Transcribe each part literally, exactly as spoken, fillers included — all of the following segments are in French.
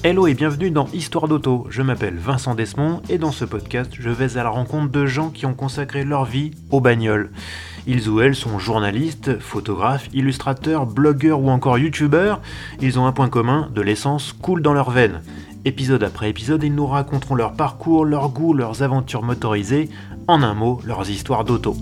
Hello et bienvenue dans Histoire d'auto, je m'appelle Vincent Desmond et dans ce podcast, je vais à la rencontre de gens qui ont consacré leur vie aux bagnoles. Ils ou elles sont journalistes, photographes, illustrateurs, blogueurs ou encore youtubeurs. Ils ont un point commun, de l'essence coule dans leurs veines. Épisode après épisode, ils nous raconteront leur parcours, leurs goûts, leurs aventures motorisées, en un mot, leurs histoires d'auto.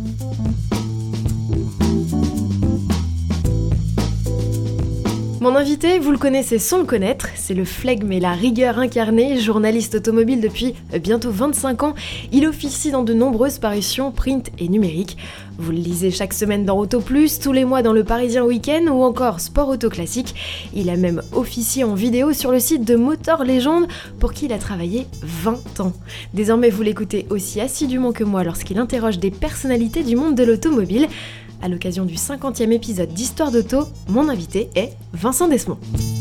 Mon invité, vous le connaissez sans le connaître, c'est le flegme et la rigueur incarnée, journaliste automobile depuis bientôt vingt-cinq ans. Il officie dans de nombreuses parutions print et numériques. Vous le lisez chaque semaine dans Auto Plus, tous les mois dans Le Parisien Week-end ou encore Sport Auto Classique. Il a même officié en vidéo sur le site de Motor Légende pour qui il a travaillé vingt ans. Désormais, vous l'écoutez aussi assidûment que moi lorsqu'il interroge des personnalités du monde de l'automobile. À l'occasion du cinquantième épisode d'Histoire d'auto, mon invité est Vincent Desmond.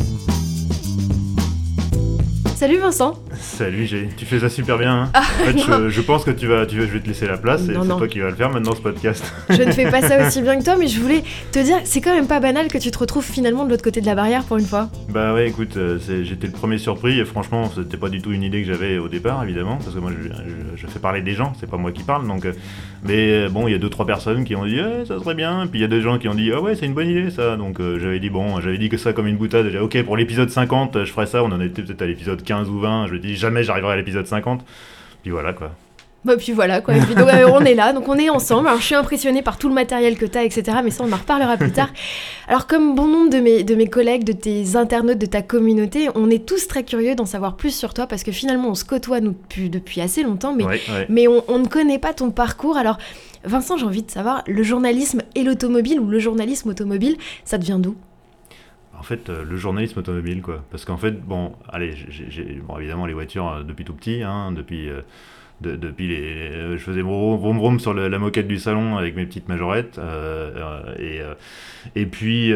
Salut Vincent. Salut G, tu fais ça super bien. Hein. Ah, en fait, je, je pense que tu vas, tu vas, je vais te laisser la place et non, c'est non. toi qui vas le faire maintenant ce podcast. Je ne fais pas ça aussi bien que toi, mais je voulais te dire, c'est quand même pas banal que tu te retrouves finalement de l'autre côté de la barrière pour une fois. Bah ouais, écoute, c'est, j'étais le premier surpris et franchement, c'était pas du tout une idée que j'avais au départ, évidemment, parce que moi je, je, je fais parler des gens, c'est pas moi qui parle, donc. Mais bon, il y a deux trois personnes qui ont dit, eh, ça serait bien, puis il y a des gens qui ont dit, ah ouais, c'est une bonne idée ça, donc euh, j'avais dit bon, j'avais dit que ça comme une boutade, j'ai dit, ok, pour l'épisode cinquante, je ferai ça, on en était peut-être à l'épisode quinze ou vingt, je me dis jamais j'arriverai à l'épisode cinquante, puis voilà quoi. Bah puis voilà quoi, et puis donc, euh, on est là, donc on est ensemble, alors je suis impressionnée par tout le matériel que t'as, et cetera, mais ça on en reparlera plus tard. Alors comme bon nombre de mes, de mes collègues, de tes internautes, de ta communauté, on est tous très curieux d'en savoir plus sur toi, parce que finalement on se côtoie nous depuis, depuis assez longtemps, mais, ouais, ouais. mais on, on ne connaît pas ton parcours. Alors Vincent, j'ai envie de savoir, le journalisme et l'automobile, ou le journalisme automobile, ça te vient d'où ? En fait, euh, le journalisme automobile, quoi. Parce qu'en fait, bon, allez, j'ai, j'ai, bon, évidemment, les voitures euh, depuis tout petit, hein, depuis, euh, de, depuis les, euh, je faisais vroom vroom vroom sur le, la moquette du salon avec mes petites majorettes, euh, euh, et, euh, et puis,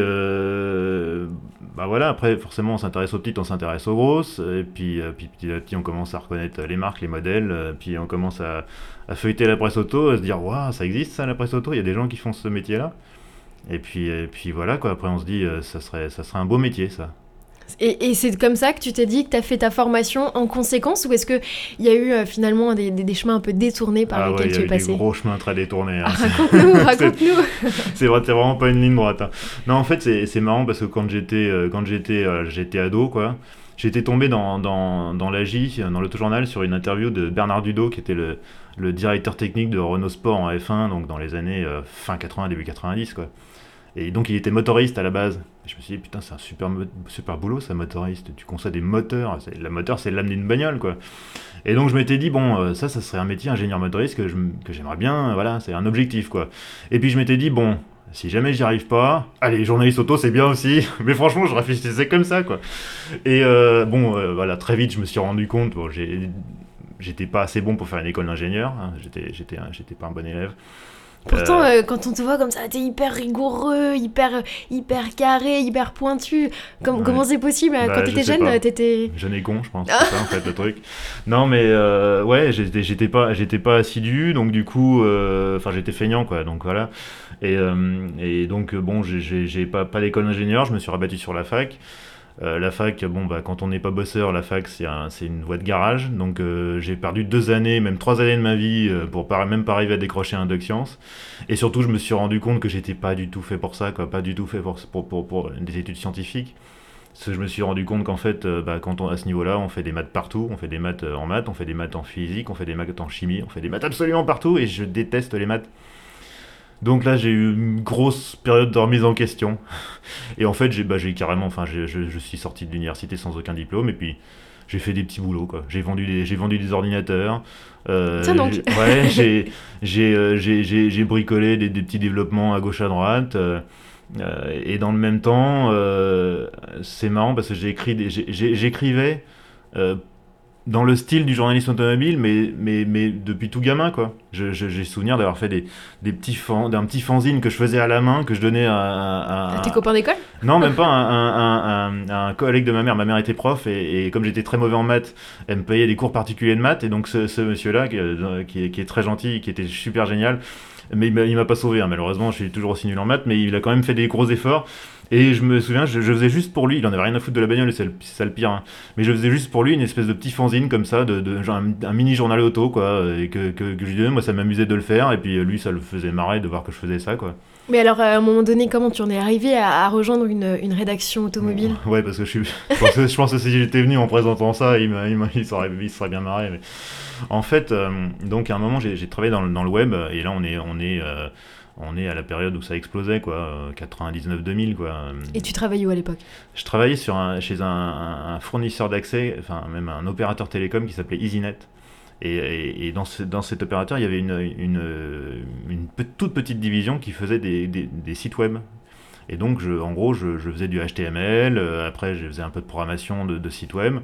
euh, bah voilà, après, forcément, on s'intéresse aux petites, on s'intéresse aux grosses, et puis, euh, puis petit à petit, on commence à reconnaître les marques, les modèles, euh, puis on commence à, à feuilleter la presse auto, à se dire, waouh, ça existe ça, la presse auto, il y a des gens qui font ce métier-là. Et puis, et puis voilà quoi, après on se dit, euh, ça, serait, ça serait un beau métier ça. Et, et c'est comme ça que tu t'es dit que tu as fait ta formation en conséquence, ou est-ce qu'il y a eu euh, finalement des, des, des chemins un peu détournés par ah lesquels ouais, tu es passé ? Il y a eu des gros chemins très détournés. Hein. Ah, raconte-nous, raconte-nous. c'est, c'est, vrai, c'est vraiment pas une ligne droite. Hein. Non, en fait, c'est, c'est marrant parce que quand j'étais, euh, quand j'étais, euh, j'étais ado, quoi, j'étais tombé dans, dans, dans l'A J, dans l'autojournal, sur une interview de Bernard Dudot, qui était le, le directeur technique de Renault Sport en F un, donc dans les années euh, fin quatre-vingts, début quatre-vingt-dix, quoi. Et donc il était motoriste à la base. Et je me suis dit, putain, c'est un super, super boulot ça, motoriste. Tu conçois des moteurs. C'est, la moteur, c'est l'âme d'une bagnole, quoi. Et donc je m'étais dit, bon, euh, ça, ça serait un métier ingénieur motoriste que, je, que j'aimerais bien. Euh, voilà, c'est un objectif, quoi. Et puis je m'étais dit, bon, si jamais j'y arrive pas, allez, journaliste auto, c'est bien aussi. Mais franchement, je réfléchissais comme ça, quoi. Et euh, bon, euh, voilà, très vite, je me suis rendu compte, bon, j'ai, j'étais pas assez bon pour faire une école d'ingénieur. Hein, j'étais, j'étais, j'étais pas un bon élève. Pourtant, euh... Euh, quand on te voit comme ça, t'es hyper rigoureux, hyper, hyper carré, hyper pointu. Comme, ouais. Comment c'est possible ? Bah, quand t'étais jeune, pas. t'étais... Jeune et con, je pense, c'est ça en fait le truc. Non mais, euh, ouais, j'étais, j'étais, pas, j'étais pas assidu, donc du coup, enfin euh, j'étais feignant quoi, donc voilà. Et, euh, et donc bon, j'ai, j'ai, j'ai pas, pas d'école d'ingénieur, je me suis rabattu sur la fac. Euh, la fac, bon bah quand on n'est pas bosseur, la fac c'est, un, c'est une voie de garage, donc euh, j'ai perdu deux années, même trois années de ma vie euh, pour pas, même pas arriver à décrocher un doc sciences. Et surtout je me suis rendu compte que j'étais pas du tout fait pour ça, quoi, pas du tout fait pour, pour, pour, pour des études scientifiques. Parce que je me suis rendu compte qu'en fait, euh, bah, quand on, à ce niveau-là, on fait des maths partout, on fait des maths en maths, on fait des maths en physique, on fait des maths en chimie, on fait des maths absolument partout, et je déteste les maths. Donc là, j'ai eu une grosse période de remise en question. Et en fait, j'ai, bah, j'ai carrément, enfin, j'ai, je, je suis sorti de l'université sans aucun diplôme. Et puis, j'ai fait des petits boulots, quoi. J'ai vendu des, j'ai vendu des ordinateurs. Euh, Ça donc. J'ai, ouais, j'ai, j'ai, euh, j'ai, j'ai, j'ai bricolé des, des petits développements à gauche à droite. Euh, euh, et dans le même temps, euh, c'est marrant parce que j'ai écrit, des, j'ai, j'ai, j'écrivais. Euh, dans le style du journalisme automobile, mais, mais, mais depuis tout gamin, quoi. Je, je, j'ai souvenir d'avoir fait des, des petits fan, d'un petit fanzine que je faisais à la main, que je donnais à... à, à tes copains d'école ? Non, même pas, un, un, un, un, un collègue de ma mère. Ma mère était prof, et, et comme j'étais très mauvais en maths, elle me payait des cours particuliers de maths, et donc ce, ce monsieur-là, qui, qui, est, qui est très gentil, qui était super génial, mais il m'a, il m'a pas sauvé, hein. Malheureusement, je suis toujours aussi nul en maths, mais il a quand même fait des gros efforts. Et je me souviens, je, je faisais juste pour lui, il en avait rien à foutre de la bagnole, c'est, le, c'est ça le pire, hein. Mais je faisais juste pour lui une espèce de petit fanzine comme ça, de, de, genre un, un mini journal auto, quoi, et que, que, que je lui donnais, moi ça m'amusait de le faire, et puis lui ça le faisait marrer de voir que je faisais ça, quoi. Mais alors, à un moment donné, comment tu en es arrivé à, à rejoindre une, une rédaction automobile ? Ouais, parce que je suis. Je pense que, je pense que si j'étais venu en présentant ça, il, m'a, il, m'a, il, serait, il serait bien marré. Mais... En fait, euh, donc à un moment, j'ai, j'ai travaillé dans, dans le web, et là, on est, on, est, euh, on est à la période où ça explosait, quoi, quatre-vingt-dix-neuf deux mille, quoi. Et tu travaillais où à l'époque ? Je travaillais sur un, chez un, un, un fournisseur d'accès, enfin, même un opérateur télécom qui s'appelait EasyNet. Et, et, et dans, ce, dans cet opérateur, il y avait une, une, une, une toute petite division qui faisait des, des, des sites web. Et donc, je, en gros, je, je faisais du H T M L, euh, après, je faisais un peu de programmation de, de sites web,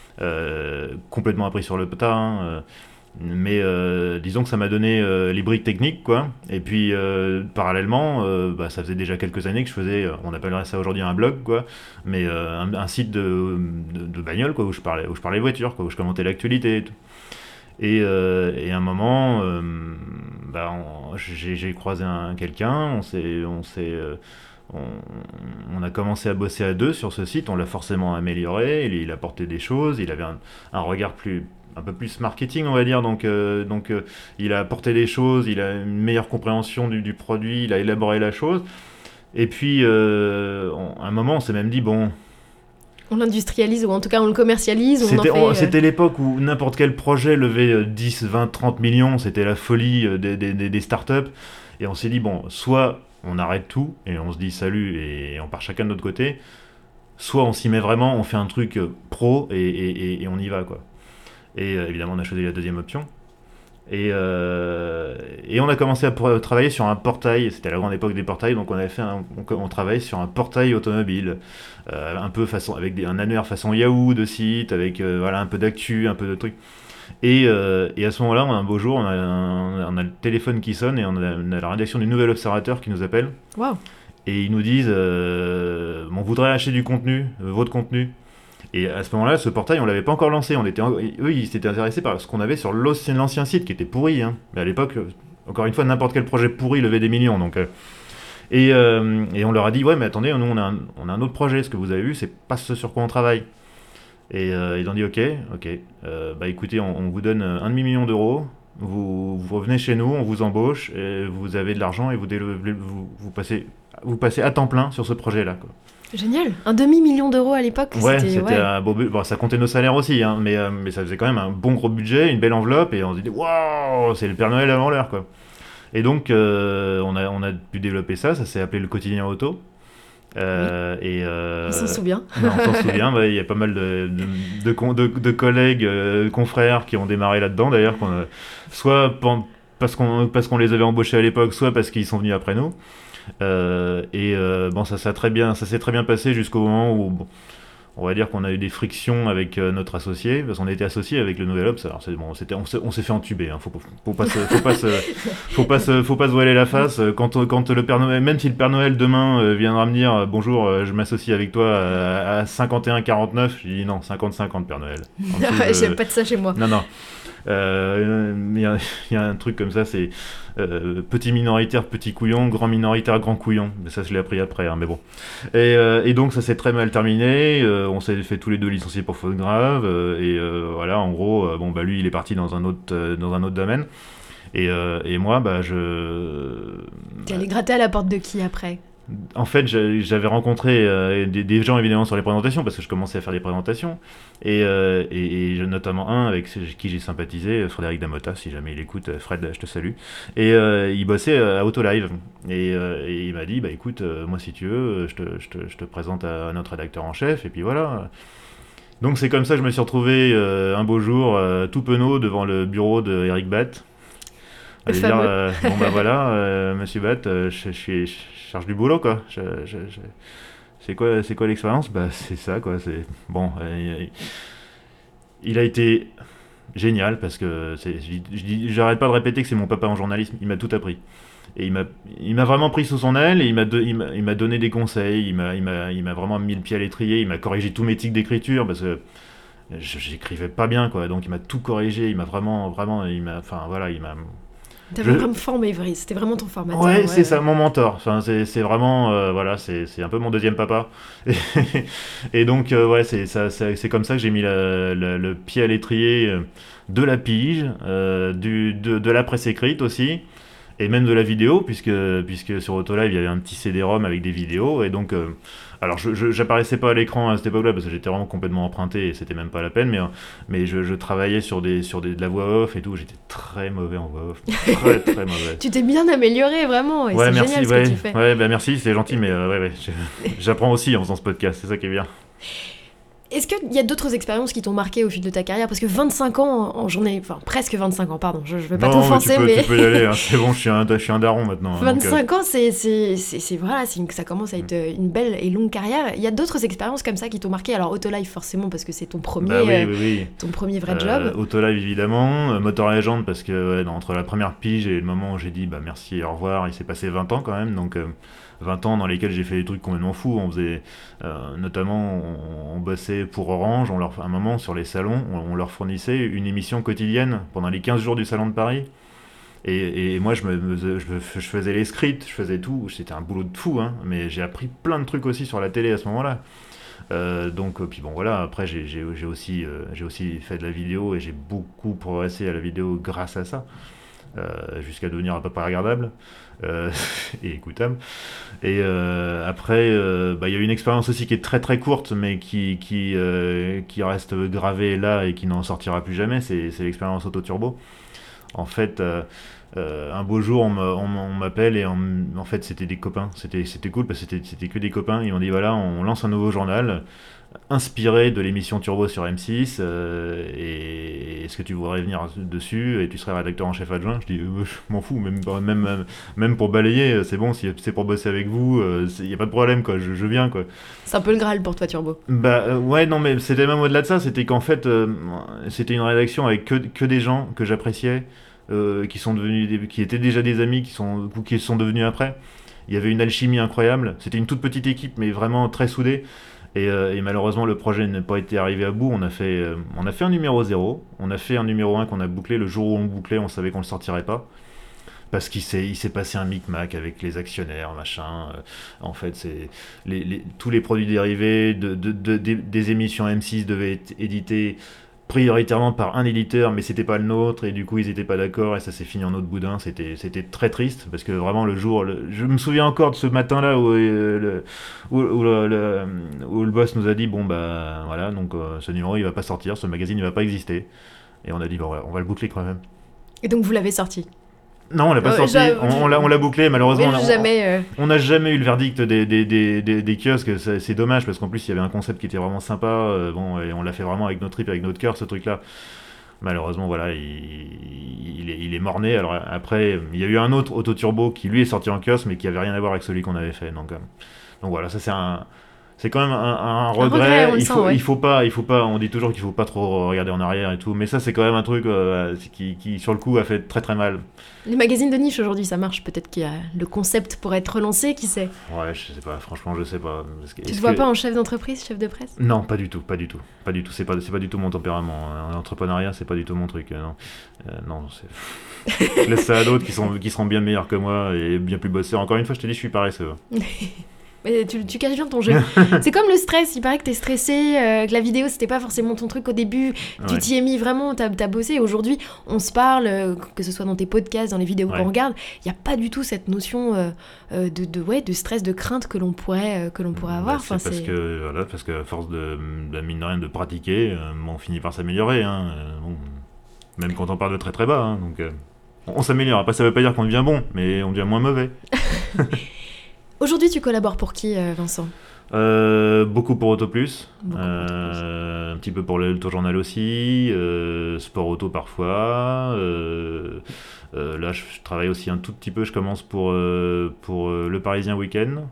euh, complètement appris sur le tas, hein, euh, mais euh, disons que ça m'a donné euh, les briques techniques, quoi. Et puis, euh, parallèlement, euh, bah, ça faisait déjà quelques années que je faisais, on appellerait ça aujourd'hui un blog, quoi, mais euh, un, un site de, de, de bagnole, quoi, où je parlais, où je parlais voiture, quoi, où je commentais l'actualité et tout. Et, euh, et à un moment, euh, bah, on, j'ai, j'ai croisé un, quelqu'un, on s'est, on, s'est, euh, on, on a commencé à bosser à deux sur ce site, on l'a forcément amélioré, il, il apportait des choses, il avait un, un regard plus, un peu plus marketing, on va dire, donc, euh, donc euh, il a apporté des choses, il a une meilleure compréhension du, du produit, il a élaboré la chose. Et puis, euh, on, à un moment, on s'est même dit, bon... On l'industrialise, ou en tout cas on le commercialise, ou c'était, on en fait... on, c'était l'époque où n'importe quel projet levait dix, vingt, trente millions, c'était la folie des, des, des startups, et on s'est dit, bon, soit on arrête tout, et on se dit salut, et on part chacun de notre côté, soit on s'y met vraiment, on fait un truc pro, et, et, et on y va, quoi. Et euh, évidemment, on a choisi la deuxième option. Et, euh, et on a commencé à pour, travailler sur un portail, c'était la grande époque des portails, donc on avait fait un, on, on travaillait sur un portail automobile, euh, un peu façon, avec des, un annuaire façon Yahoo de site, avec euh, voilà, un peu d'actu, un peu de trucs. Et, euh, et à ce moment-là, on a un beau jour, on a, un, on a le téléphone qui sonne et on a, on a la rédaction du Nouvel Observateur qui nous appelle. Wow. Et ils nous disent euh, on voudrait acheter du contenu, euh, votre contenu. Et à ce moment-là, ce portail, on l'avait pas encore lancé. On était, eux, ils s'étaient intéressés par ce qu'on avait sur l'ancien, l'ancien site, qui était pourri, hein. Mais à l'époque, encore une fois, n'importe quel projet pourri levait des millions. Donc, euh, et, euh, et on leur a dit, ouais, mais attendez, nous, on a un, on a un autre projet. Ce que vous avez vu, c'est pas ce sur quoi on travaille. Et euh, ils ont dit, ok, ok. Euh, bah écoutez, on, on vous donne un demi-million d'euros. Vous, vous revenez chez nous, on vous embauche, et vous avez de l'argent et vous, déle- vous, vous, passez, vous passez à temps plein sur ce projet-là, quoi. Génial, un demi-million d'euros à l'époque. Ouais, c'était, c'était ouais. un beau budget. Bon, ça comptait nos salaires aussi, hein, mais, euh, mais ça faisait quand même un bon gros budget, une belle enveloppe, et on se dit waouh, c'est le Père Noël avant l'heure, quoi. Et donc, euh, on, a, on a pu développer ça, ça s'est appelé le quotidien auto. Euh, oui. et, euh, on s'en souvient. Non, on s'en souvient, il bah, y a pas mal de, de, de, de, de collègues, euh, confrères qui ont démarré là-dedans, d'ailleurs, qu'on a, soit parce qu'on, parce qu'on les avait embauchés à l'époque, soit parce qu'ils sont venus après nous. Euh, et euh, bon, ça, ça, très bien, ça s'est très bien passé jusqu'au moment où, bon, on va dire qu'on a eu des frictions avec euh, notre associé, parce qu'on était associé avec le Nouvel Obs. Alors c'est, bon, c'était, on, s'est, on s'est fait entuber, hein, faut, faut pas se, faut pas se, faut pas se, faut pas se voiler la face. Quand, quand le Père Noël, même si le Père Noël demain euh, viendra me dire bonjour, euh, je m'associe avec toi à, à cinquante et un quarante-neuf, je dis non, cinquante cinquante Père Noël. Ouais, euh... J'aime pas de ça chez moi. Non, non. Euh, il y, y a un truc comme ça, c'est euh, petit minoritaire, petit couillon, grand minoritaire, grand couillon. Ça, je l'ai appris après, hein, mais bon. Et, euh, et donc, ça s'est très mal terminé. Euh, on s'est fait tous les deux licenciés pour faute grave. Euh, et euh, voilà, en gros, euh, bon, bah, lui, il est parti dans un autre, euh, dans un autre domaine. Et, euh, et moi, bah, je. T'es allé gratter à la porte de qui après ? En fait, j'avais rencontré euh, des, des gens évidemment sur les présentations parce que je commençais à faire des présentations et, euh, et, et notamment un avec qui j'ai sympathisé, Frédéric Damota, si jamais il écoute, Fred, je te salue. Et euh, il bossait à Autolive et, euh, et il m'a dit bah écoute, euh, moi si tu veux, je te, je, te, je te présente à notre rédacteur en chef et puis voilà. Donc c'est comme ça que je me suis retrouvé euh, un beau jour euh, tout penaud devant le bureau de Eric Batt. Allez dire, euh, bon bah voilà, euh, monsieur Batt, euh, je, je, suis, je charge du boulot quoi. Je, je, je... C'est quoi, c'est quoi l'expérience ? Bah c'est ça quoi. C'est bon. Euh, il a été génial parce que c'est, je, je dis, j'arrête pas de répéter que c'est mon papa en journalisme. Il m'a tout appris et il m'a, il m'a vraiment pris sous son aile et il m'a, de, il m'a, il m'a donné des conseils. Il m'a, il m'a, il m'a vraiment mis le pied à l'étrier. Il m'a corrigé tous mes tics d'écriture parce que j'écrivais pas bien quoi. Donc il m'a tout corrigé. Il m'a vraiment, vraiment, il m'a, enfin voilà, il m'a T'avais Je- vraiment formé Vry, c'était vraiment ton formateur. Ouais, c'est ça, mon mentor. Enfin, c'est, c'est vraiment, euh, voilà, c'est, c'est un peu mon deuxième papa. Et, et donc, euh, ouais, c'est, ça, ça- c'est comme ça que j'ai mis la- la- le pied à l'étrier euh, de la pige, euh, du, de, de la presse écrite aussi, et même de la vidéo, puisque, puisque sur Autolive, il y avait un petit C D-ROM avec des vidéos. Et donc, euh, alors, je, je- j'apparaissais pas à l'écran à cette époque-là, parce que j'étais vraiment complètement emprunté et c'était même pas la peine, mais, euh, mais je, je travaillais sur, des, sur des, de la voix off et tout. J'étais très mauvais en voix off. Très, très mauvais. Tu t'es bien amélioré, vraiment, et Ouais, c'est merci, génial ce ouais, que tu fais. ouais, bah merci, c'est gentil, mais euh, ouais, ouais, je- j'apprends aussi en faisant ce podcast, c'est ça qui est bien. Est-ce qu'il y a d'autres expériences qui t'ont marqué au fil de ta carrière? Parce que vingt-cinq ans en journée, enfin presque vingt-cinq ans, pardon, je, je vais pas Non, mais t'offenser, tu peux, mais, tu peux y aller, hein, c'est bon, je suis un, je suis un daron maintenant. hein, donc, euh, vingt-cinq ans, c'est, c'est, c'est, c'est- voilà, c'est une- ça commence à être une belle et longue carrière. Il y a d'autres expériences comme ça qui t'ont marqué. Alors Autolive forcément parce que c'est ton premier, bah oui, euh, oui, oui. ton premier vrai Euh, job. Autolive évidemment, euh, Motor Legend parce que ouais, non, entre la première pige et le moment où j'ai dit bah merci et au revoir, il s'est passé vingt ans quand même, donc euh, vingt ans dans lesquels j'ai fait des trucs complètement fous. On faisait, euh, notamment, on, on bossait pour Orange, on leur, à un moment sur les salons, on, on leur fournissait une émission quotidienne pendant les quinze jours du salon de Paris. Et, et moi, je, me, me- je, me- je faisais les scripts, je faisais tout. C'était un boulot de fou, hein, mais j'ai appris plein de trucs aussi sur la télé à ce moment-là. Euh, donc, euh, puis bon, voilà, après, j'ai j'ai- j'ai aussi, euh, j'ai aussi fait de la vidéo et j'ai beaucoup progressé à la vidéo grâce à ça, euh, jusqu'à devenir à peu près regardable euh, et écoutable. Et euh, après, euh, bah, il y a eu une expérience aussi qui est très très courte, mais qui, qui, euh, qui reste gravée là et qui n'en sortira plus jamais, c'est c'est l'expérience Autoturbo. En fait, euh, euh, un beau jour, on me- on m- on m'appelle et on m- en fait, c'était des copains. C'était c'était cool parce que c'était c'était que des copains. Ils m'ont dit voilà, on lance un nouveau journal inspiré de l'émission Turbo sur M six. Euh, et est-ce que tu voudrais venir dessus et tu serais rédacteur en chef adjoint? Je dis euh, je m'en fous, même, pas- même, même, même pour balayer, euh, c'est bon, si c'est pour bosser avec vous, il n'y a pas de problème, quoi, je, je viens, quoi. C'est un peu le Graal pour toi, Turbo. Bah euh, ouais, non, mais c'était même au-delà de ça, c'était qu'en fait, euh, c'était une rédaction avec que, que des gens que j'appréciais, euh, qui sont devenus, des- qui étaient déjà des amis, qui sont, ou qui sont devenus après. Il y avait une alchimie incroyable, c'était une toute petite équipe, mais vraiment très soudée. Et, euh, et malheureusement, le projet n'a pas été arrivé à bout. On a fait, euh, on a fait un numéro zéro, on a fait un numéro un qu'on a bouclé. Le jour où on bouclait, on savait qu'on le sortirait pas. Parce qu'il s'est, il s'est passé un micmac avec les actionnaires, machin. Euh, en fait, c'est les, les- tous les produits dérivés de, de- de- des, des émissions M six devaient être édités prioritairement par un éditeur, mais c'était pas le nôtre, et du coup ils étaient pas d'accord, et ça s'est fini en autre boudin. C'était, c'était très triste, parce que vraiment le jour, le- je me souviens encore de ce matin-là où, euh, le, où, où le, le- où le boss nous a dit bon bah voilà, donc euh, ce numéro il va pas sortir, ce magazine il va pas exister, et on a dit bon, on va le boucler quand même. Et donc vous l'avez sorti. Non, on l'a pas Euh, sorti, j'a- on, on l'a, on l'a bouclé, malheureusement. Mais on a- jamais. euh, On n'a jamais eu le verdict des, des, des, des, des kiosques, c'est, c'est dommage parce qu'en plus il y avait un concept qui était vraiment sympa, euh, bon, et on l'a fait vraiment avec notre trip, avec notre cœur, ce truc-là. Malheureusement, voilà, il, il, est, il est mort-né. Alors après, il y a eu un autre Autoturbo qui lui est sorti en kiosque, mais qui avait rien à voir avec celui qu'on avait fait. Donc, euh, donc voilà, ça c'est un. C'est quand même un, un regret. regret, on le il, sent, faut, ouais. il faut pas, il faut pas. On dit toujours qu'il faut pas trop regarder en arrière et tout, mais ça c'est quand même un truc euh, qui, qui, sur le coup, a fait très très mal. Les magazines de niche aujourd'hui, ça marche. Peut-être qu'il y a le concept pour être relancé, qui sait. Ouais, je sais pas. Franchement, je sais pas. Est-ce que- Tu est-ce te vois que- pas en chef d'entreprise, chef de presse? Non, pas du tout, pas du tout, pas du tout. C'est pas, c'est pas du tout mon tempérament. hein. L'entrepreneuriat, c'est pas du tout mon truc. euh, Non, Euh, non, c'est. Je laisse ça à d'autres qui sont, qui seront bien meilleurs que moi et bien plus bosseurs. Encore une fois, je te dis, je suis paresseux. Mais tu, tu caches bien ton jeu. C'est comme le stress, il paraît que t'es stressé, euh, que la vidéo c'était pas forcément ton truc au début, tu Ouais. t'y es mis vraiment, t'as as bossé. Aujourd'hui, on se parle, euh, que ce soit dans tes podcasts, dans les vidéos Ouais. qu'on regarde, il n'y a pas du tout cette notion euh, euh, de, de, ouais, de stress, de crainte que l'on pourrait, euh, que l'on pourrait avoir. Bah, c'est Enfin, parce c'est- que voilà, parce que à force de, de mine de rien de pratiquer, euh, on finit par s'améliorer. Hein. Euh, bon, même quand on part de très très bas. hein. Donc, euh, on on s'améliore. Après, ça veut pas dire qu'on devient bon, mais on devient moins mauvais. Aujourd'hui, tu collabores pour qui, euh, Vincent? Euh, beaucoup pour Auto Plus, Beaucoup pour euh, un petit peu pour le Auto Journal aussi, euh, Sport Auto parfois. euh, euh, là, je, je travaille aussi un tout petit peu. Je commence pour, euh, pour euh, Le Parisien Week-end.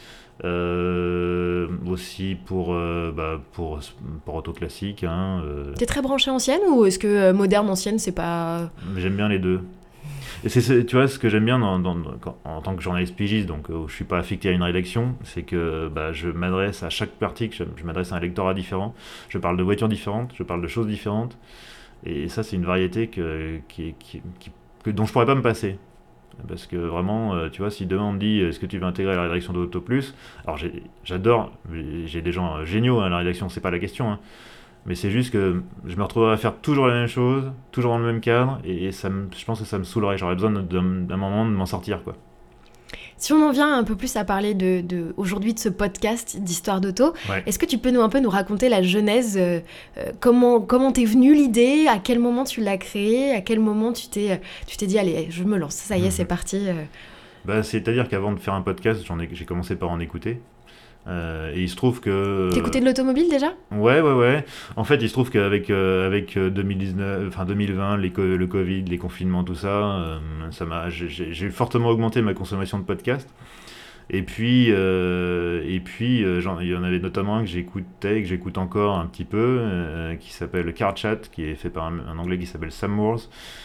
Euh, aussi pour, euh, bah, pour, pour Auto Classique. Hein, euh, T'es très branché ancienne ou est-ce que euh, moderne, ancienne, c'est pas. J'aime bien les deux. Et c'est, c'est- tu vois, ce que j'aime bien dans, dans- quand- en tant que journaliste pigiste, donc euh, où je suis pas affecté à une rédaction, c'est que bah, je m'adresse à chaque article, je, je m'adresse à un lectorat différent, je parle de voitures différentes, je parle de choses différentes, et ça c'est une variété que, qui, qui, qui que, dont je pourrais pas me passer. Parce que vraiment, euh, tu vois, si demain on me dit est-ce que tu veux intégrer la rédaction d'Auto Plus, alors j'ai, j'adore, j'ai des gens euh, géniaux à la rédaction, c'est pas la question, hein, mais c'est juste que je me retrouverai à faire toujours la même chose, toujours dans le même cadre, et, et ça me, je pense que ça me saoulerait, j'aurais besoin d'un, d'un moment de m'en sortir, quoi. Si on en vient un peu plus à parler de, de, aujourd'hui de ce podcast d'Histoire d'Auto, Ouais. est-ce que tu peux nous, un peu nous raconter la genèse, euh, euh, comment, comment t'es venue l'idée, à quel moment tu l'as créée, à quel moment tu t'es, tu t'es dit allez, je me lance, ça y est, Mhm. c'est parti. euh. Bah, c'est-à-dire qu'avant de faire un podcast, j'en ai, j'ai commencé par en écouter. Euh, et il se trouve que... T'écoutais de l'automobile déjà ? Ouais, ouais, ouais. En fait, il se trouve qu'avec euh, avec euh, deux mille dix-neuf, enfin deux mille vingt, les co- le Covid, les confinements, tout ça, euh, ça m'a, j'ai, j'ai- j'ai fortement augmenté ma consommation de podcasts. Et puis, euh, et puis euh, j'en- il y en avait notamment un que j'écoutais, que j'écoute encore un petit peu, euh, qui s'appelle Car Chat, qui est fait par un, un Anglais qui s'appelle Sam Moores,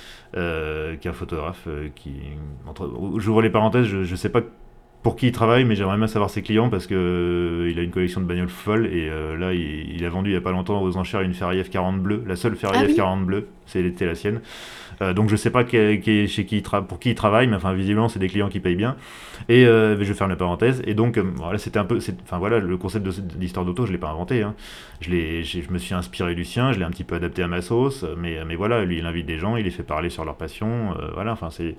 euh, qui est un photographe. Euh, qui, entre, j'ouvre les parenthèses, je, je sais pas pour qui il travaille, mais j'aimerais bien savoir ses clients parce que euh, il a une collection de bagnoles folle et euh, là il, il a vendu il y a pas longtemps aux enchères une Ferrari F quarante bleue, la seule Ferrari Ah oui. F quarante bleue, c'était la sienne. Euh, donc je sais pas qui, qui, chez qui il tra- pour qui il travaille, mais enfin visiblement c'est des clients qui payent bien. Et euh, je vais faire la parenthèse. Et donc euh, voilà, c'était un peu, c'est, enfin voilà, le concept de, d'histoire d'auto, je l'ai pas inventé. Hein. Je l'ai, j'ai- je me suis inspiré du sien, je l'ai un petit peu adapté à ma sauce, mais mais voilà, lui il invite des gens, il les fait parler sur leur passion, euh, voilà, enfin c'est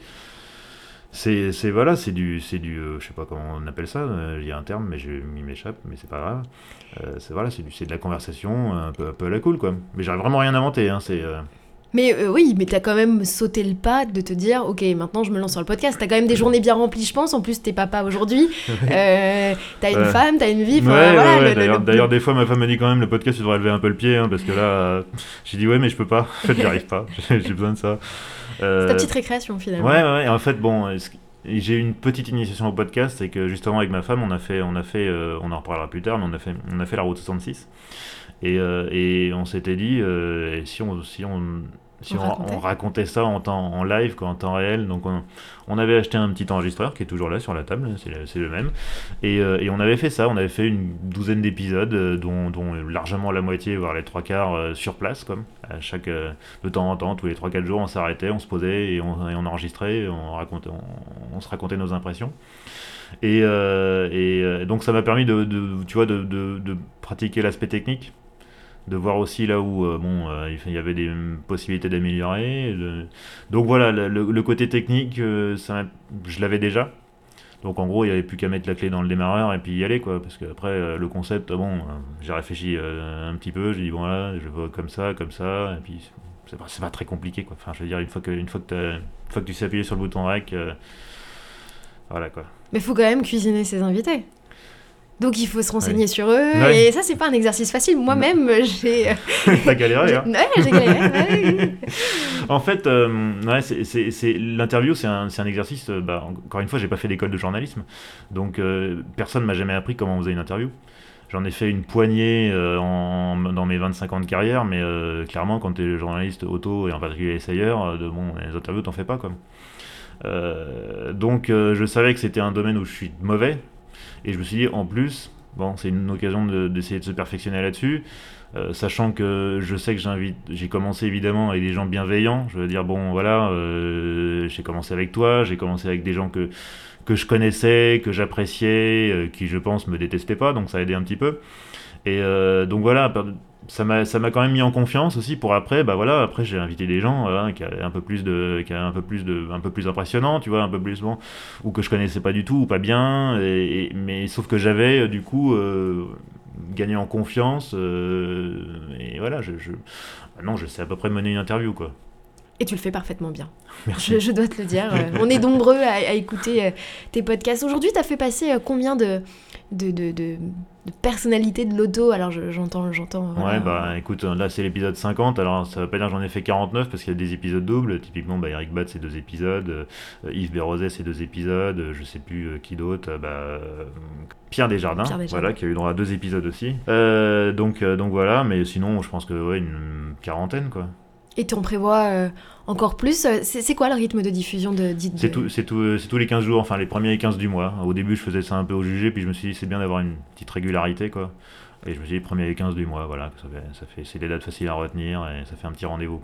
c'est, c'est voilà, c'est du, c'est du, euh, je sais pas comment on appelle ça. euh, Il y a un terme, mais je m'y m'échappe, mais c'est pas grave. Euh, c'est voilà, c'est du, c'est de la conversation un peu, un peu à la cool, quoi. Mais j'aurais vraiment rien inventé, hein. C'est euh, Mais euh, oui, mais t'as quand même sauté le pas de te dire, ok, maintenant je me lance sur le podcast. T'as quand même des journées bien remplies, je pense. En plus, t'es papa aujourd'hui. Euh, t'as une Ouais. femme, t'as une vie. Ouais, enfin, ouais, voilà, ouais. le- le- D'ailleurs, le- d'ailleurs, des fois, ma femme m'a dit quand même le podcast, tu devrais lever un peu le pied, hein, parce que là, euh, j'ai dit ouais, mais je peux pas. En fait, j'y arrive pas. J'ai j'ai besoin de ça. Euh, C'est ta petite récréation finalement. Ouais, ouais. Et en fait, bon, est-ce que- j'ai eu une petite initiation au podcast, c'est que justement avec ma femme, on a fait, on a fait, euh, on en reparlera plus tard, mais on a fait, on a fait la route soixante-six. Et, euh, et on s'était dit, euh, et si on, si on, si On on, racontait. on racontait ça en temps, en live, quoi, en temps réel. Donc on, on avait acheté un petit enregistreur qui est toujours là sur la table, c'est, le- c'est le même. Et, euh, et on avait fait ça, on avait fait une douzaine d'épisodes, euh, dont, dont largement la moitié, voire les trois quarts euh, sur place, quoi. À chaque, euh, de temps en temps, tous les trois quatre jours, on s'arrêtait, on se posait et on, et on enregistrait, et on, racontait, on, on se racontait nos impressions. Et, euh, et euh, donc ça m'a permis de, de, tu vois, de, de, de pratiquer l'aspect technique, de voir aussi là où euh, bon, euh, il y avait des possibilités d'améliorer. de- Donc voilà, le, le- le côté technique, euh, ça, m'a- je l'avais déjà. Donc en gros, il n'y avait plus qu'à mettre la clé dans le démarreur et puis y aller, quoi. Parce qu'après, euh, le concept, bon, euh, j'ai réfléchi euh, un petit peu, j'ai dit bon là, je vois comme ça, comme ça, et puis c'est pas, c'est pas très compliqué, quoi. Enfin, je veux dire, une fois que, une fois que, t'as- une fois que tu sais appuyer sur le bouton rec, euh, voilà, quoi. Mais faut quand même cuisiner ses invités. Donc il faut se renseigner sur eux. Ouais. Et ça, c'est pas un exercice facile. Moi-même, j'ai. T'as galéré, hein. Ouais, j'ai galéré. ouais. En fait, euh, ouais, c'est, c'est, c'est- l'interview, c'est un, c'est un exercice. euh, bah, encore une fois, j'ai pas fait d'école de journalisme, donc euh, personne m'a jamais appris comment on faisait une interview. J'en ai fait une poignée euh, en, dans mes vingt-cinq ans de carrière, mais euh, clairement, quand tu es journaliste auto et en particulier essayeur, euh, de, bon, les interviews, t'en fais pas, quoi. Euh, donc, euh, je savais que c'était un domaine où je suis mauvais, et je me suis dit, en plus, bon, c'est une occasion de- d'essayer de se perfectionner là-dessus. Euh, sachant que je sais que j'invite, j'ai commencé évidemment avec des gens bienveillants. Je veux dire, bon, voilà, euh, j'ai commencé avec toi, j'ai commencé avec des gens que, que je connaissais, que j'appréciais, euh, qui, je pense, me détestaient pas, donc ça a aidé un petit peu. Et euh, donc voilà, ça m'a, ça m'a quand même mis en confiance aussi pour après. Bah voilà, après j'ai invité des gens euh, qui avaient un peu plus de, qui avaient un peu plus de, un peu plus impressionnant, tu vois, un peu plus bon, ou que je connaissais pas du tout ou pas bien. Et, et- mais sauf que j'avais euh, du coup euh, gagné en confiance. euh, et voilà, je, je, maintenant je sais à peu près mener une interview, quoi. Et tu le fais parfaitement bien. Merci. Je, je dois te le dire. Euh, On est nombreux à, à écouter euh, tes podcasts. Aujourd'hui, tu as fait passer euh, combien de, de, de, de, de personnalités de l'auto ? Alors, je- j'entends... j'entends Ouais, voilà. bah écoute, là c'est l'épisode cinquante, alors ça veut pas dire que j'en ai fait quarante-neuf parce qu'il y a des épisodes doubles. Typiquement, bah, Eric Batt c'est deux épisodes, euh, Yves Berrozet c'est deux épisodes, euh, je sais plus euh, qui d'autre, euh, bah, euh, Pierre Desjardins, Pierre Desjardins. voilà, qui a eu droit à deux épisodes aussi. Euh, donc, euh, donc voilà, mais sinon je pense que ouais, une quarantaine, quoi. Et tu en prévois euh, encore plus. C'est, c'est quoi le rythme de diffusion de, de... C'est tout, c'est tout, c'est tous les quinze jours, enfin les premiers quinze du mois. Au début je faisais ça un peu au jugé, puis je me suis dit c'est bien d'avoir une petite régularité, quoi. Et je me suis dit premier quinze du mois, voilà, ça fait, ça fait, c'est des dates faciles à retenir et ça fait un petit rendez-vous.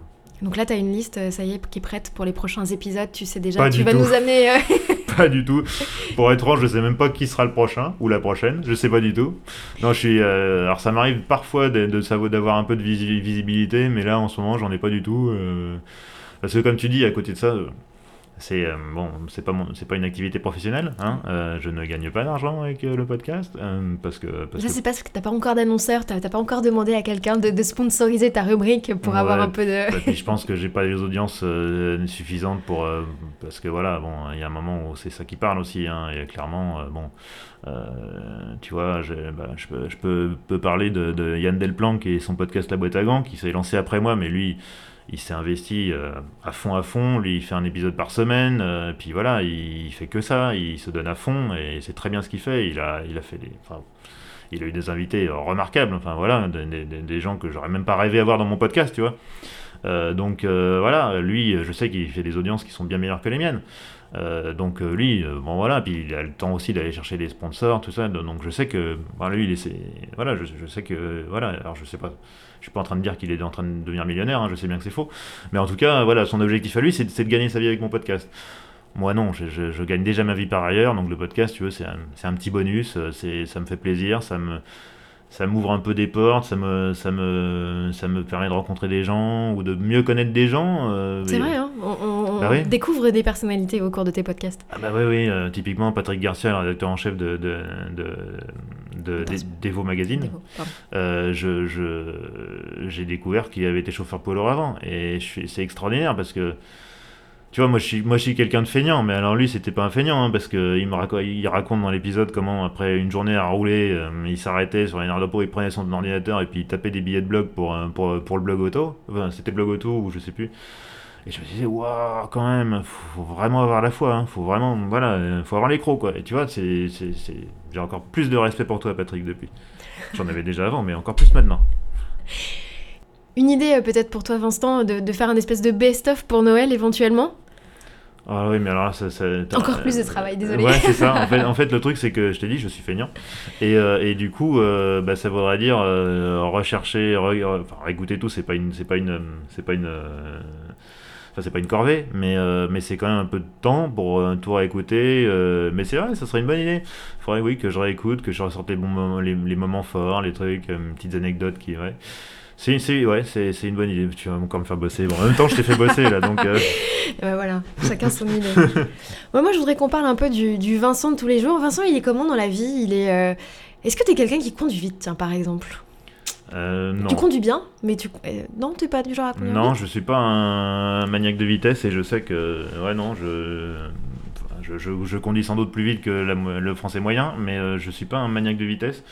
Donc là, tu as une liste, euh, ça y est, qui est prête pour les prochains épisodes. Tu sais déjà, Pas tu du vas tout. nous amener... euh, Pas du tout. Pour être franc, je sais même pas qui sera le prochain ou la prochaine. Je sais pas du tout. Non, je suis. euh, alors, ça m'arrive parfois de, de savoir d'avoir un peu de visi- visibilité, mais là, en ce moment, j'en ai pas du tout. euh, parce que, comme tu dis, à côté de ça, euh, c'est euh, bon, c'est pas mon, c'est pas une activité professionnelle. Hein. Euh, je ne gagne pas d'argent avec euh, le podcast euh, parce que. Parce Ça, que c'est parce que t'as pas encore d'annonceur, t'as t'as pas encore demandé à quelqu'un de, de sponsoriser ta rubrique pour Ouais, avoir un peu de... bah, puis je pense que j'ai pas les audiences euh, suffisantes pour euh, parce que voilà bon il y a un moment où c'est ça qui parle aussi hein, et clairement euh, bon euh, tu vois j'ai- bah, je peux je peux, peux parler de, de Yann Delplanque et son podcast La Boîte à Gants qui s'est lancé après moi mais lui il s'est investi euh, à fond à fond lui il fait un épisode par semaine euh, puis voilà il, il fait que ça il se donne à fond et c'est très bien ce qu'il fait il a il a fait des enfin, il a eu des invités euh, remarquables, enfin voilà, des, des- des gens que j'aurais même pas rêvé avoir dans mon podcast, tu vois. Euh, donc euh, voilà, lui, je sais qu'il fait des audiences qui sont bien meilleures que les miennes. Euh, donc euh, lui, euh, bon voilà, puis il a le temps aussi d'aller chercher des sponsors, tout ça. Donc je sais que, voilà, lui, il essaie, voilà, je, je sais que, voilà, alors je sais pas, je suis pas en train de dire qu'il est en train de devenir millionnaire, hein, je sais bien que c'est faux. Mais en tout cas, voilà, son objectif à lui, c'est, c'est de gagner sa vie avec mon podcast. Moi non, je, je- je gagne déjà ma vie par ailleurs, donc le podcast, tu veux, c'est un, c'est un petit bonus, euh, c'est, ça me fait plaisir, ça me, ça m'ouvre un peu des portes, ça me, ça me, ça me permet de rencontrer des gens ou de mieux connaître des gens. euh, C'est et- vrai, hein, on, on- Bah on oui. découvre des personnalités au cours de tes podcasts. Ah bah oui, oui, euh, typiquement Patrick Garcia, le rédacteur en chef de, de, de, de, Attends, de- d'Evo Magazine, Dévo, pardon. euh, je, je, j'ai découvert qu'il avait été chauffeur poids lourd avant. Et je suis- c'est extraordinaire parce que tu vois, moi je suis, moi, je suis quelqu'un de feignant, mais alors lui, c'était pas un feignant, hein, parce qu'il me raconte, il raconte dans l'épisode comment, après une journée à rouler, euh, il s'arrêtait sur une aire de repos, il prenait son ordinateur et puis il tapait des billets de blog pour, euh, pour, pour le blog auto. Enfin, c'était blog auto ou je sais plus. Et je me disais, waouh, quand même, faut, faut vraiment avoir la foi, hein, faut vraiment, voilà, euh, faut avoir les crocs, quoi. Et tu vois, c'est, c'est, c'est... j'ai encore plus de respect pour toi, Patrick, depuis. J'en avais déjà avant, mais encore plus maintenant. Une idée euh, peut-être pour toi, Vincent, de, de faire un espèce de best-of pour Noël éventuellement. Ah oui, mais alors là, ça... ça Encore plus de travail, désolé. Ouais, c'est ça. En fait, en fait, le truc, c'est que je t'ai dit, je suis feignant. Et, euh, et du coup, euh, bah, ça voudrait dire euh, rechercher, re- enfin, réécouter tout, c'est pas une... C'est pas une, c'est pas une euh, Enfin, c'est pas une corvée, mais, euh, mais c'est quand même un peu de temps pour un tour à écouter. euh, mais c'est vrai, ça serait une bonne idée. Faudrait, oui, que je réécoute, que je ressorte les, bons moments, les, les moments forts, les trucs, euh, petites anecdotes qui... Ouais. C'est, c'est, ouais, c'est, c'est une bonne idée. Tu vas encore me faire bosser. Bon, en même temps, je t'ai fait bosser, là, donc... euh, Et ben voilà, chacun son idée. Ouais, moi, je voudrais qu'on parle un peu du, du Vincent de tous les jours. Vincent, il est comment dans la vie? Il est. euh, Est-ce que t'es quelqu'un qui conduit vite, tiens, par exemple? euh, non. Tu conduis bien, mais tu. euh, Non, t'es pas du genre à conduire Non, vite. je suis pas un maniaque de vitesse et je sais que, ouais, non, je, enfin, je, je, je conduis sans doute plus vite que la mo- le français moyen, mais euh, je suis pas un maniaque de vitesse.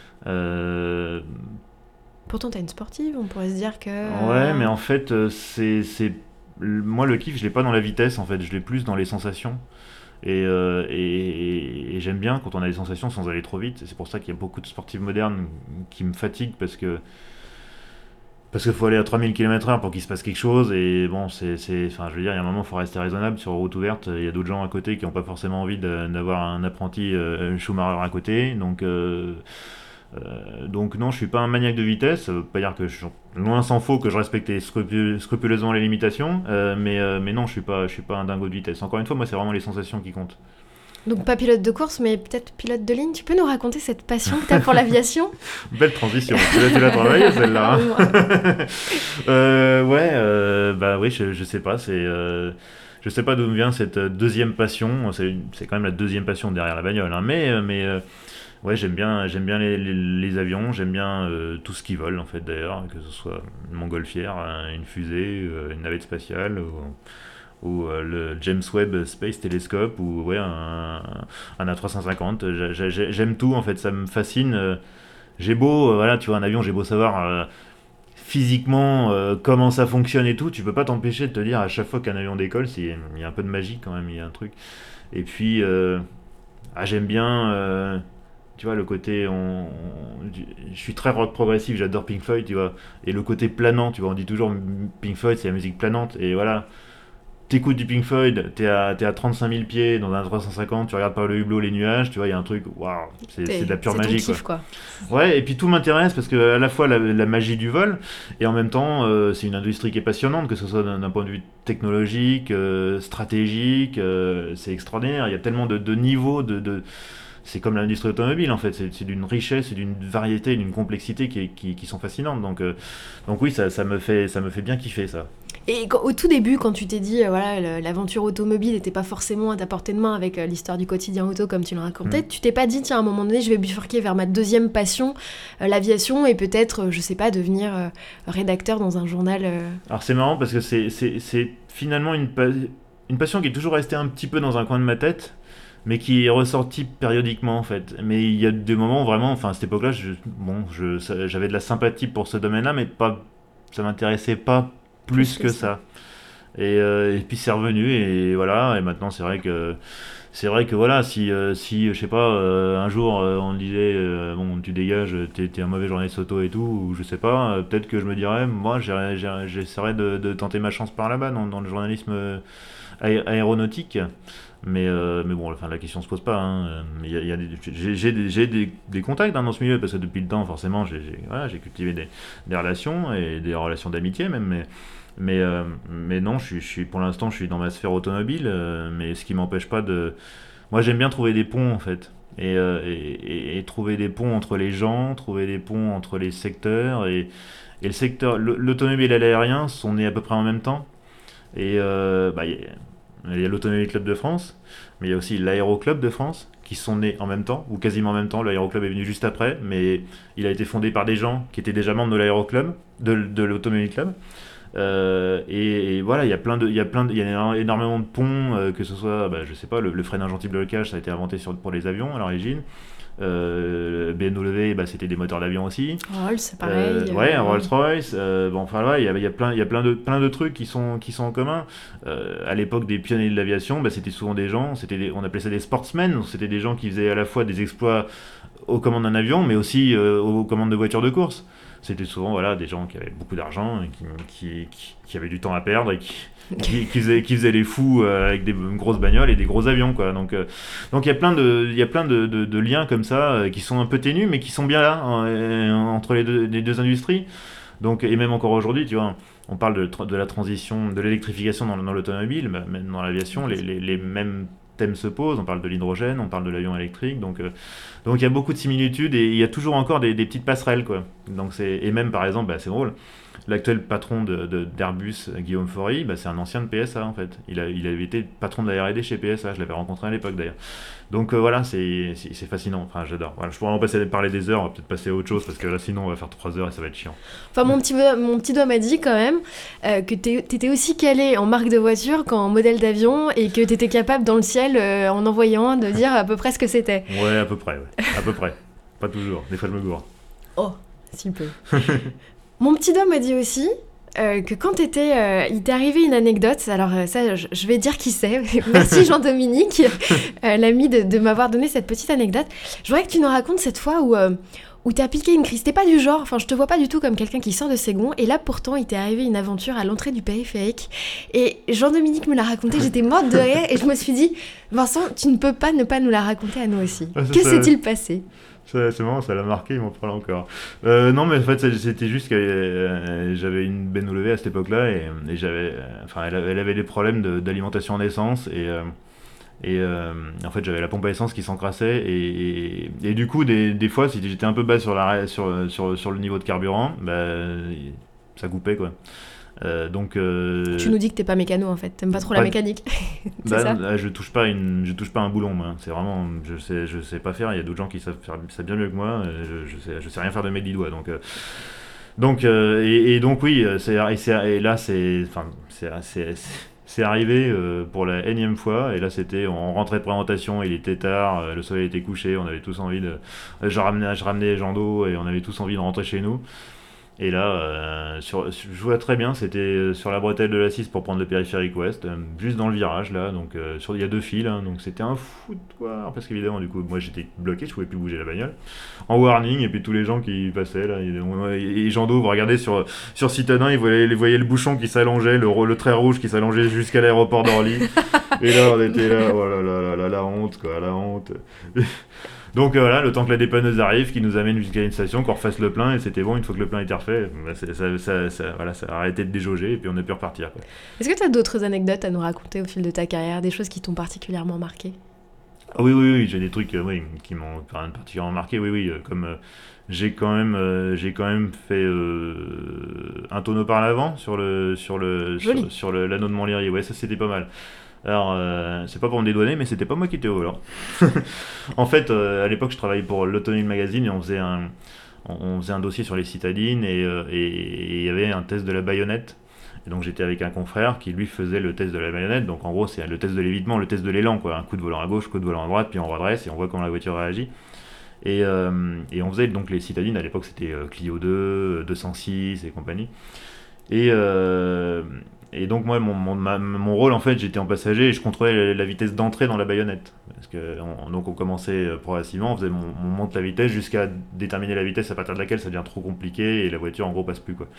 Euh, Pourtant, t'es une sportive, on pourrait se dire que. ouais, mais en fait, euh, c'est, c'est, le- moi le kiff, je l'ai pas dans la vitesse, en fait, je l'ai plus dans les sensations. Et, euh, et, et- et j'aime bien quand on a des sensations sans aller trop vite. Et c'est pour ça qu'il y a beaucoup de sportifs modernes qui me fatiguent parce que Parce qu'il faut aller à trois mille kilomètres heure pour qu'il se passe quelque chose, et bon, c'est, c'est, enfin, je veux dire, il y a un moment, il faut rester raisonnable sur route ouverte. Il y a d'autres gens à côté qui n'ont pas forcément envie de- d'avoir un apprenti euh, Schumacher à côté, donc, euh, euh, donc non, je suis pas un maniaque de vitesse. Ça veut pas dire que je suis loin s'en faut que je respecte scrupu- scrupuleusement les limitations, euh, mais, euh, mais non, je suis pas, je suis pas un dingo de vitesse. Encore une fois, moi, c'est vraiment les sensations qui comptent. Donc, pas pilote de course, mais peut-être pilote de ligne. Tu peux nous raconter cette passion que t'as pour l'aviation? Belle transition. Tu l'as, tu l'as travaillé celle-là. Hein. Euh, ouais, euh, bah oui, je, je sais pas, c'est, euh, je sais pas d'où me vient cette deuxième passion. C'est, c'est quand même la deuxième passion derrière la bagnole, hein, mais, euh, mais euh, ouais, j'aime bien, j'aime bien les, les- les avions, j'aime bien euh, tout ce qui vole en fait d'ailleurs, que ce soit une montgolfière, un- une fusée, euh, une navette spatiale ou, ou, euh, le James Webb Space Telescope ou ouais un, un A trois cent cinquante. J'ai- j'ai- J'aime tout en fait, ça me fascine. euh, J'ai beau, euh, voilà, tu vois, un avion, j'ai beau savoir euh, physiquement euh, comment ça fonctionne et tout, tu peux pas t'empêcher de te dire à chaque fois qu'un avion décolle, c'est- il y a un peu de magie quand même, il y a un truc. Et puis, euh, ah, j'aime bien, euh, tu vois, le côté, on, on- je suis très rock progressif, j'adore Pink Floyd, tu vois, et le côté planant, tu vois, on dit toujours Pink Floyd, c'est la musique planante, et voilà. t'écoutes du Pink Floyd, t'es à, t'es à trente-cinq mille pieds dans un trois cent cinquante, tu regardes par le hublot les nuages, tu vois, il y a un truc, waouh, c'est, c'est de la pure c'est magie, ton kiff, quoi. quoi. Ouais, et puis tout m'intéresse parce que à la fois la, la magie du vol, et en même temps, euh, c'est une industrie qui est passionnante, que ce soit d'un, d'un point de vue technologique, euh, stratégique, euh, c'est extraordinaire, il y a tellement de, de niveaux, de, de... c'est comme l'industrie automobile en fait, c'est, c'est d'une richesse, et d'une variété, d'une complexité qui, est- qui, qui sont fascinantes, donc, euh, donc oui, ça, ça, me fait, ça me fait bien kiffer ça. Et quand- au tout début, quand tu t'es dit, euh, voilà, le- l'aventure automobile n'était pas forcément à ta portée de main avec euh, l'histoire du quotidien auto comme tu le racontais, Mm. tu t'es pas dit, tiens, à un moment donné, je vais bifurquer vers ma deuxième passion, euh, l'aviation, et peut-être, euh, je sais pas, devenir euh, rédacteur dans un journal. euh. Alors c'est marrant parce que c'est, c'est, c'est finalement une, pa- une passion qui est toujours restée un petit peu dans un coin de ma tête, mais qui est ressortie périodiquement en fait. Mais il y a des moments où vraiment, enfin à cette époque-là, je, bon, je, ça- j'avais de la sympathie pour ce domaine-là, mais pas, ça m'intéressait pas Plus plus que que ça. ça. Et, euh, et puis c'est revenu et voilà. Et maintenant c'est vrai que c'est vrai que voilà, si euh, si je sais pas, euh, un jour euh, on me disait euh, bon tu dégages, t'es, t'es un mauvais journaliste auto et tout, ou je sais pas, euh, peut-être que je me dirais moi j'irais- j'irais- j'essaierais de, de tenter ma chance par là-bas dans, dans le journalisme euh, aé- aéronautique. Mais, euh, mais bon, enfin, la question se pose pas. Hein. Euh, il y a- il y a des- j'ai j'ai des, j'ai des- des contacts hein, dans ce milieu parce que depuis le temps, forcément, j'ai j'ai- voilà, j'ai cultivé des, des relations et des relations d'amitié même. Mais, mais, euh, mais non, je suis, je suis, pour l'instant, je suis dans ma sphère automobile. Euh, mais ce qui m'empêche pas de. Moi, j'aime bien trouver des ponts en fait. Et, euh, et, et- et trouver des ponts entre les gens, trouver des ponts entre les secteurs. Et, et le secteur, le- l'automobile et l'aérien sont nés à peu près en même temps. Et euh, bah, il y a il y a l'Automobile Club de France, mais il y a aussi l'Aéroclub de France, qui sont nés en même temps, ou quasiment en même temps. L'Aéroclub est venu juste après, mais il a été fondé par des gens qui étaient déjà membres de l'Aéroclub, de, de l'Automobile Club. Euh, et, et voilà, il y a plein de, il y a plein de, il y a énormément de ponts, euh, que ce soit, bah, je sais pas, le, le freinage anti-blocage, ça a été inventé sur, pour les avions à l'origine. Euh, B M W, bah, c'était des moteurs d'avion aussi. Rolls, c'est Euh, pareil. ouais, un euh, Rolls-Royce. Euh, bon, enfin, ouais, il y a, il y a plein, il y a plein de, plein de trucs qui sont, qui sont en commun. Euh, à l'époque des pionniers de l'aviation, bah, c'était souvent des gens, c'était des- on appelait ça des sportsmen. Donc c'était des gens qui faisaient à la fois des exploits aux commandes d'un avion, mais aussi euh, aux commandes de voitures de course. C'était souvent voilà, des gens qui avaient beaucoup d'argent, et qui, qui, qui, qui avaient du temps à perdre et qui, qui, qui faisaient, qui faisaient les fous euh, avec des grosses bagnoles et des gros avions. Quoi. Donc euh, donc il y a plein de, il y a plein de, de, de liens comme ça euh, qui sont un peu ténus, mais qui sont bien là hein, euh, entre les deux, les deux industries. Donc, et même encore aujourd'hui, tu vois, on parle de, tra- de la transition, de l'électrification dans, dans l'automobile, bah, même dans l'aviation, les, les, les mêmes thèmes se posent. On parle de l'hydrogène, on parle de l'avion électrique. Donc, euh, donc il y a beaucoup de similitudes et il y a toujours encore des, des petites passerelles, quoi. Donc c'est, et même par exemple, bah, c'est drôle. L'actuel patron de, de- d'Airbus, Guillaume Faury, bah, c'est un ancien de P S A en fait. Il, a, il avait été patron de la R et D chez P S A, je l'avais rencontré à l'époque d'ailleurs. Donc euh, voilà, c'est, c'est, c'est fascinant, enfin j'adore. Voilà, je pourrais en passer à parler des heures, on va peut-être passer à autre chose parce que là sinon on va faire trois heures et ça va être chiant. Enfin, mon petit, doigt- mon petit doigt m'a dit quand même euh, que t'es- t'étais aussi calé en marque de voiture qu'en modèle d'avion et que t'étais capable dans le ciel, euh, en envoyant, de dire à peu près ce que c'était. Ouais, à peu près, ouais. À peu près. Pas toujours, des fois je me gourre. Oh, si peu. Mon petit doigt m'a dit aussi euh, que quand t'étais... euh, il t'est arrivé une anecdote, alors euh, ça, je, je vais dire qui c'est. Merci Jean-Dominique, euh, l'ami, de, de m'avoir donné cette petite anecdote. Je voudrais que tu nous racontes cette fois où... euh, où t'as piqué une crise. T'es pas du genre, enfin je te vois pas du tout comme quelqu'un qui sort de ses gonds, et là pourtant il t'est arrivé une aventure à l'entrée du périphérique, et Jean-Dominique me l'a raconté, j'étais morte de rire, et je me suis dit, Vincent, tu ne peux pas ne pas nous la raconter à nous aussi. Ah, c'est Que ça. s'est-il passé? Ça, c'est marrant, ça l'a marqué, il m'en parle encore. Euh, non, mais en fait, ça- c'était juste que euh, j'avais une B M W à cette époque-là et, et j'avais, euh, enfin, elle, avait elle avait des problèmes de- d'alimentation en essence et, euh, et euh, en fait, j'avais la pompe à essence qui s'encrassait et, et, et du coup, des, des fois, si j'étais un peu bas sur, la, sur, sur, sur le niveau de carburant, bah, ça coupait quoi. Euh, donc, euh, Tu nous dis que t'es pas mécano en fait, t'aimes pas trop pas la de- mécanique. C'est bah, ça? là, je touche pas une, je touche pas un boulon, moi. C'est vraiment, je sais, je sais pas faire. Il y a d'autres gens qui savent faire ça bien mieux que moi. euh, Je, je sais, je sais rien faire de mes dix doigts. Donc, euh, donc, euh, et, et donc oui, euh, c'est, et, c'est- et là c'est, enfin, c'est, c'est, c'est- c'est arrivé euh, pour la énième fois. Et là, c'était, on rentrait de présentation, il était tard, euh, le soleil était couché, on avait tous envie de, je ramenais, je ramenais les gens d'eau et on avait tous envie de rentrer chez nous. Et là, euh, sur, je vois très bien, c'était sur la bretelle de l'assise pour prendre le périphérique ouest, euh, juste dans le virage là, donc euh, sur, il y a deux fils, hein, donc c'était un foutoir, parce qu'évidemment du coup moi j'étais bloqué, je pouvais plus bouger la bagnole, en warning, et puis tous les gens qui passaient là, et, et Jean Do, vous regardez sur, sur Citadin, ils voyaient, ils voyaient le bouchon qui s'allongeait, le, le trait rouge qui s'allongeait jusqu'à l'aéroport d'Orly, et là on était là, oh là là là là, la honte quoi, la honte. Donc euh, voilà, le temps que la dépanneuse arrive, qui nous amène jusqu'à une station, qu'on refasse le plein, et c'était bon, une fois que le plein était refait, bah, ça, ça, ça, ça, voilà, ça a arrêté de déjauger, et puis on a pu repartir. Quoi. Est-ce que tu as d'autres anecdotes à nous raconter au fil de ta carrière, des choses qui t'ont particulièrement marqué ? Ah oui, oui, oui, j'ai des trucs euh, oui, qui m'ont enfin, particulièrement marqué, oui, oui, euh, comme euh, j'ai quand même, euh, j'ai quand même fait euh, un tonneau par l'avant sur le, sur le, Joli. sur, sur le, l'anneau de Montlhéry, ouais, ça c'était pas mal. Alors, euh, c'est pas pour me dédouaner, mais c'était pas moi qui étais au volant. En fait, euh, à l'époque, je travaillais pour l'Automobile Magazine et on faisait un, on faisait un dossier sur les citadines et euh, et il y avait un test de la baïonnette. Et donc j'étais avec un confrère qui lui faisait le test de la baïonnette. Donc en gros, c'est le test de l'évitement, le test de l'élan, quoi. Un coup de volant à gauche, coup de volant à droite, puis on redresse et on voit comment la voiture réagit. Et, euh, et on faisait donc les citadines. À l'époque, c'était euh, Clio deux, deux cent six et compagnie. Et, euh, et donc moi, mon, mon, ma- mon rôle, en fait, j'étais en passager et je contrôlais la, la vitesse d'entrée dans la baïonnette. Parce que on, donc on commençait euh, progressivement, on, faisait, on, on monte la vitesse jusqu'à déterminer la vitesse à partir de laquelle ça devient trop compliqué et la voiture, en gros, passe plus, quoi.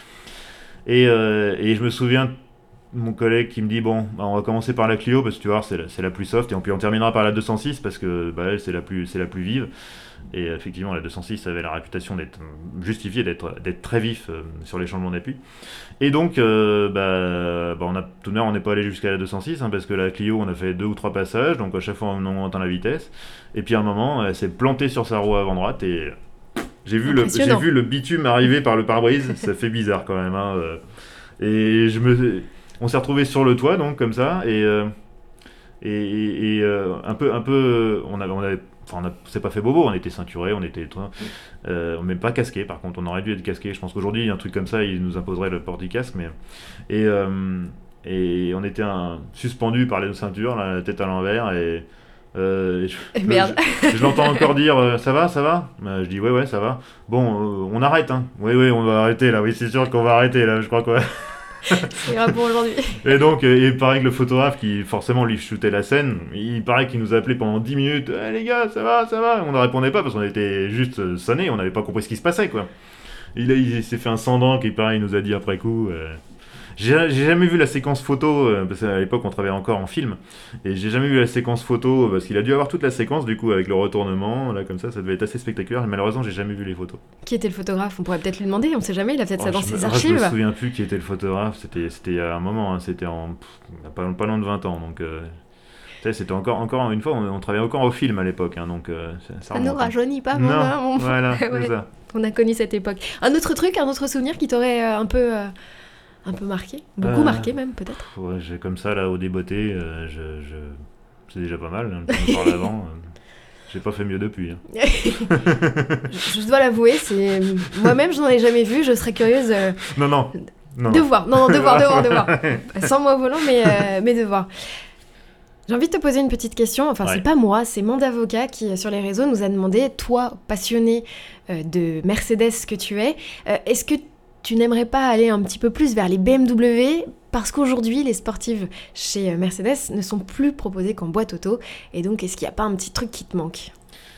Et, euh, et je me souviens de mon collègue qui me dit, bon, bah, on va commencer par la Clio parce que tu vois, c'est la, c'est la plus soft, et puis on terminera par la deux cent six parce que bah, elle, c'est la plus, c'est la plus vive. Et effectivement, la deux cent six avait la réputation d'être justifiée, d'être, d'être très vif euh, sur les changements d'appui. Et donc, euh, bah, bah, on a, tout de même, on n'est pas allé jusqu'à la deux cent six, hein, parce que la Clio, on a fait deux ou trois passages, donc à chaque fois on entend la vitesse. Et puis à un moment, elle s'est plantée sur sa roue avant droite et j'ai vu, le, j'ai Impressionnant. vu le bitume arriver par le pare-brise. Ça fait bizarre quand même. Hein, euh. Et je me, on s'est retrouvés sur le toit, donc comme ça, et, euh, et, et, et, euh, un peu, un peu, on avait, on avait, enfin, on a, c'est pas fait bobo, on était ceinturés, on était, euh, on n'est pas casqué. Par contre, on aurait dû être casqué. Je pense qu'aujourd'hui, un truc comme ça, il nous imposerait le port du casque, mais et euh, et on était un, suspendus par les ceintures, la tête à l'envers, et euh, et je, Eh merde. je, je l'entends encore dire euh, ça va, ça va. Euh, je dis ouais, ouais, ça va. Bon, euh, on arrête, hein. Oui, oui, on va arrêter là. Oui, c'est sûr qu'on va arrêter là. Je crois quoi. C'est grave pour aujourd'hui. Et donc, euh, il paraît que le photographe qui forcément lui shootait la scène, il paraît qu'il nous appelait pendant dix minutes. Eh, les gars, ça va, ça va. On ne répondait pas parce qu'on était juste euh, sonnés, on n'avait pas compris ce qui se passait, quoi. Il, a- il s'est fait un sang qui, pareil, il nous a dit après coup. euh, J'ai j'ai jamais vu la séquence photo, euh, parce qu'à l'époque on travaillait encore en film, et j'ai jamais vu la séquence photo, euh, parce qu'il a dû avoir toute la séquence du coup avec le retournement, là comme ça, ça devait être assez spectaculaire, et malheureusement j'ai jamais vu les photos. Qui était le photographe ? On pourrait peut-être lui demander, on sait jamais, il a peut-être ça Oh, dans je, ses me, ah, je archives. me souviens plus qui était le photographe, c'était c'était il y a un moment, hein, c'était en pff, il y a pas, pas loin de vingt ans, donc euh, tu sais, c'était encore, encore une fois, on, on travaillait encore au film à l'époque, hein, donc euh, ça, ça Ça ne remonte, hein. rajeunit pas, mon, Non, hein, mon- voilà, Ouais. c'est ça. On a connu cette époque. Un autre truc, un autre souvenir qui t'aurait euh, un peu, euh, un peu marqué, beaucoup Euh, marqué même peut-être. Pff, ouais, j'ai comme ça là au débeauté, euh, je, je... c'est déjà pas mal, hein, le tourneau par l'avant. euh, J'ai pas fait mieux depuis. Hein. je, je dois l'avouer, c'est moi-même je n'en ai jamais vu. Je serais curieuse euh, Non, non. non, de non. voir. Non, non, de voir, de voir, de voir. Sans moi au volant, mais euh, mais de voir. J'ai envie de te poser une petite question. Enfin, Ouais. c'est pas moi, c'est Mandavocat qui, euh, sur les réseaux, nous a demandé, toi, passionné euh, de Mercedes que tu es, euh, est-ce que tu n'aimerais pas aller un petit peu plus vers les B M W ? Parce qu'aujourd'hui, les sportives chez euh, Mercedes ne sont plus proposées qu'en boîte auto. Et donc, est-ce qu'il n'y a pas un petit truc qui te manque ?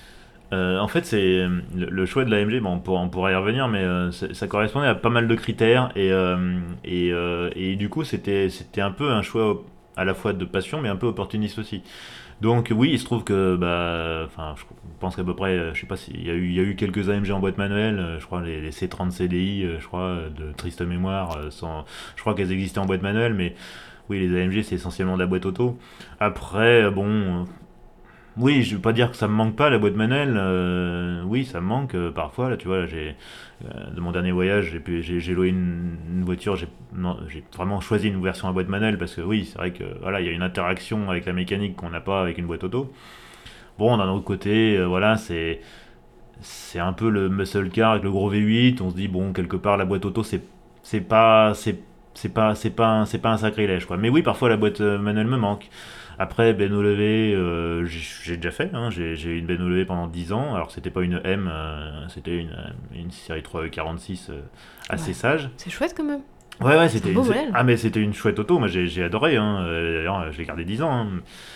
Euh, en fait, c'est euh, le, le choix de l'A M G. Bon, on, pour- on pourrait y revenir, mais euh, c'est- ça correspondait à pas mal de critères et euh, et, euh, et du coup, c'était c'était un peu un choix à la fois de passion, mais un peu opportuniste aussi. Donc oui, il se trouve que bah, enfin, je pense qu'à peu près, euh, je sais pas s'il y a eu il y a eu quelques A M G en boîte manuelle. euh, Je crois les, les C trente C D I, euh, je crois euh, de triste mémoire, euh, sans, je crois qu'elles existaient en boîte manuelle, mais oui, les A M G c'est essentiellement de la boîte auto. Après, euh, bon. euh, Oui, je veux pas dire que ça me manque pas la boîte manuelle. euh, oui, ça me manque euh, parfois. Là, tu vois, là, j'ai euh, de mon dernier voyage, j'ai pu- j'ai j'ai loué une, une voiture. J'ai non, j'ai vraiment choisi une version à boîte manuelle parce que oui, c'est vrai que voilà, il y a une interaction avec la mécanique qu'on n'a pas avec une boîte auto. Bon, d'un autre côté, euh, voilà, c'est c'est un peu le muscle car avec le gros V huit. On se dit bon, quelque part, la boîte auto, c'est c'est pas c'est c'est pas c'est pas un, c'est pas un sacrilège quoi. Mais oui, parfois la boîte euh, manuelle me manque. Après, B M W, euh, j'ai, j'ai déjà fait. Hein, j'ai, j'ai eu une B M W pendant dix ans. Alors, c'était pas une M, euh, c'était une, une série trois quarante-six euh, assez Ouais. sage. C'est chouette quand même. Ouais, ouais, C'est c'était un beau une, modèle. ah, mais c'était une chouette auto. Moi, j'ai, j'ai adoré. Hein. Euh, D'ailleurs, je l'ai gardé dix ans. Hein.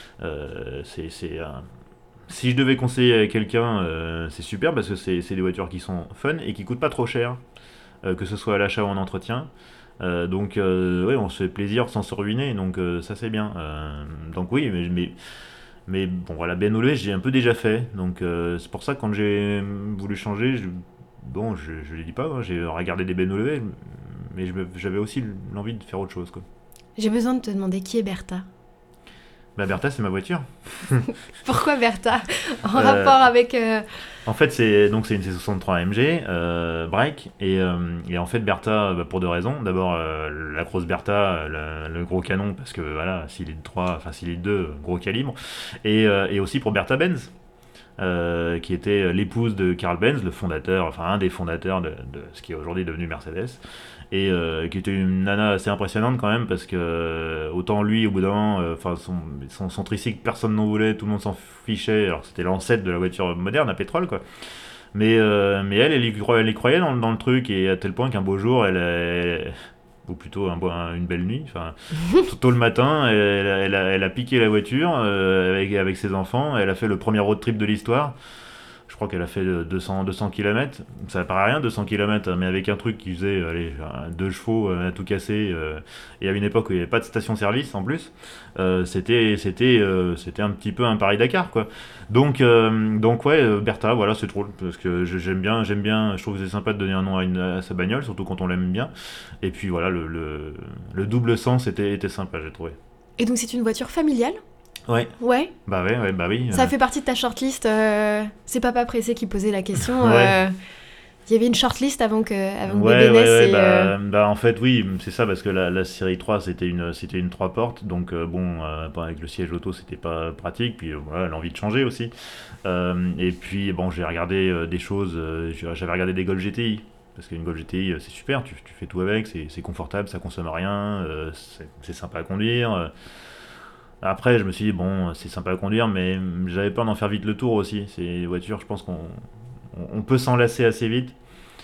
Euh, c'est, c'est, euh, Si je devais conseiller à quelqu'un, euh, c'est super parce que c'est, c'est des voitures qui sont fun et qui coûtent pas trop cher, euh, que ce soit à l'achat ou en entretien. Euh, donc, euh, ouais, on se fait plaisir sans se ruiner, donc euh, ça c'est bien. Euh, donc, oui, mais, mais, mais bon, voilà, B M W, j'ai un peu déjà fait. Donc, euh, c'est pour ça que quand j'ai voulu changer, je, bon, je, je l'ai dit pas, hein, j'ai regardé des B M W, mais je me- j'avais aussi l'envie de faire autre chose, quoi. J'ai besoin de te demander qui est Bertha. Bah, Bertha, c'est ma voiture. Pourquoi Bertha? En Euh, rapport avec... euh, En fait, c'est donc c'est une C soixante-trois A M G euh, break et, euh, et en fait Bertha bah, pour deux raisons. D'abord euh, la grosse Bertha, le, le gros canon parce que voilà six litres trois, enfin six litres deux, gros calibre et, euh, et aussi pour Bertha Benz. Euh, qui était l'épouse de Karl Benz, le fondateur, enfin un des fondateurs de, de ce qui est aujourd'hui devenu Mercedes, et euh, qui était une nana assez impressionnante quand même parce que euh, autant lui au bout d'un moment, euh, enfin son, son, son tricycle personne n'en voulait, tout le monde s'en fichait, alors c'était l'ancêtre de la voiture moderne à pétrole quoi. Mais, euh, mais elle, elle y, croyait, elle y croyait dans, dans le truc et à tel point qu'un beau jour, elle, elle- ou plutôt un, beau- un- une belle nuit, enfin tôt tôt le matin, elle, elle a, elle a piqué la voiture euh, avec, avec ses enfants, elle a fait le premier road trip de l'histoire. Je crois qu'elle a fait euh, deux cents, deux cents kilomètres. Ça paraît rien, deux cents kilomètres, mais avec un truc qui faisait allez, un- deux chevaux euh, à tout casser, euh, et à une époque où il n'y avait pas de station-service en plus, euh, c'était, c'était, euh, c'était un petit peu un Paris-Dakar, quoi. Donc, euh, donc ouais, euh, Bertha, voilà, c'est drôle, parce que je- j'aime bien, j'aime bien, je trouve que c'est sympa de donner un nom à, une, à sa bagnole, surtout quand on l'aime bien. Et puis voilà, le, le, le double sens était, était sympa, j'ai trouvé. Et donc c'est une voiture familiale? Ouais, Ouais. bah ouais, ouais bah oui. Ça euh, fait partie de ta shortlist. euh, C'est Papa Pressé qui posait la question. Ouais. euh, Il y avait une shortlist avant que, avant que Ouais, bébé ouais, naisse. ouais, et, bah, euh, bah, en fait, oui, c'est ça, parce que la, la série trois, c'était une, c'était une trois portes, donc euh, bon, euh, bah, avec le siège auto, c'était pas pratique, puis euh, voilà, l'envie de changer aussi. Euh, et puis, bon, j'ai regardé euh, des choses, euh, j'ai- j'avais regardé des Golf G T I, parce qu'une Golf G T I, euh, c'est super, tu, tu fais tout avec, c'est c'est confortable, ça consomme rien, euh, c'est c'est sympa à conduire. euh. Après, je me suis dit, bon, c'est sympa à conduire, mais j'avais peur d'en faire vite le tour aussi. C'est des voitures, je pense qu'on on on peut s'en lasser assez vite.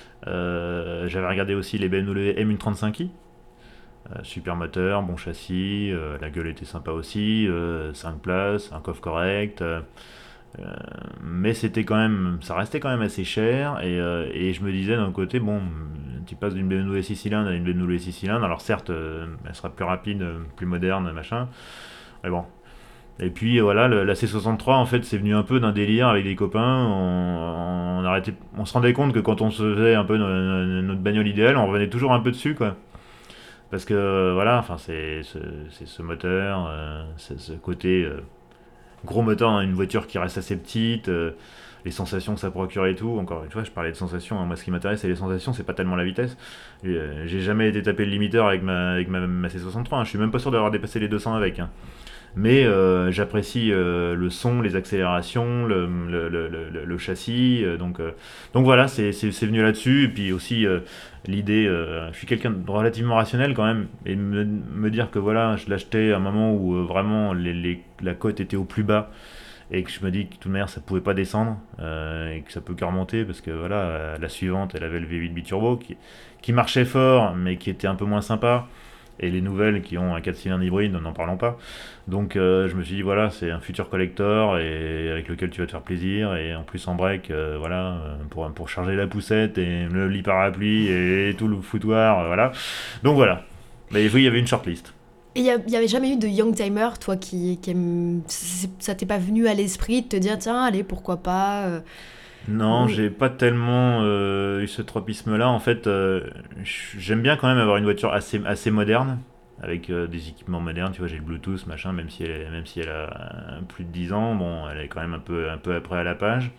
Euh, j'avais regardé aussi les B M W M un trente-cinq i. Euh, super moteur, bon châssis, euh, la gueule était sympa aussi, euh, cinq places, un coffre correct. euh, euh, mais c'était quand même, ça restait quand même assez cher. Et, euh, et je me disais d'un côté, bon, tu passes d'une B M W six cylindres à une B M W six cylindres. Alors certes, euh, elle sera plus rapide, euh, plus moderne, machin. Mais bon, et puis voilà, le- la C soixante-trois, en fait, c'est venu un peu d'un délire avec des copains. On, on arrêtait, on se rendait compte que quand on se faisait un peu no- no- notre bagnole idéale, on revenait toujours un peu dessus, quoi. Parce que euh, voilà, enfin, c'est ce, c'est ce moteur, euh, c'est ce côté euh, gros moteur dans une voiture qui reste assez petite, euh, les sensations que ça procure et tout. Encore une fois, je parlais de sensations. Hein. Moi, ce qui m'intéresse, c'est les sensations, c'est pas tellement la vitesse. Et, euh, j'ai jamais été taper le limiteur avec ma, avec ma, ma C soixante-trois. Hein. Je suis même pas sûr d'avoir dépassé les deux cents avec. Hein. Mais euh, j'apprécie euh, le son, les accélérations, le, le, le, le- le châssis. euh, donc, euh, donc voilà, c'est c'est- c'est venu là-dessus. Et puis aussi euh, l'idée, euh, je suis quelqu'un de relativement rationnel quand même. Et me, me dire que voilà, je l'achetais à un moment où euh, vraiment les, les- la cote était au plus bas. Et que je me dis que de toute manière ça pouvait pas descendre euh, et que ça peut que remonter parce que voilà, euh, la suivante elle avait le V huit biturbo qui, qui marchait fort mais qui était un peu moins sympa. Et les nouvelles qui ont un quatre cylindres hybride, n'en parlons pas. Donc euh, je me suis dit, voilà, c'est un futur collector et avec lequel tu vas te faire plaisir. Et en plus en break, euh, voilà, euh, pour, pour charger la poussette et le lit parapluie et tout le foutoir, euh, voilà. Donc voilà. Mais oui, il y avait une shortlist. Et il n'y avait jamais eu de youngtimer, toi, qui, qui aime... c'est- ça t'est pas venu à l'esprit de te dire, tiens, allez, pourquoi pas euh, Non, ou- j'ai pas tellement euh, eu ce tropisme-là. En fait, euh, j'aime bien quand même avoir une voiture assez, assez moderne, avec euh, des équipements modernes. Tu vois, j'ai le Bluetooth, machin, même si elle, est- même si elle a euh, plus de dix ans, bon, elle est quand même un peu, un peu après à la page.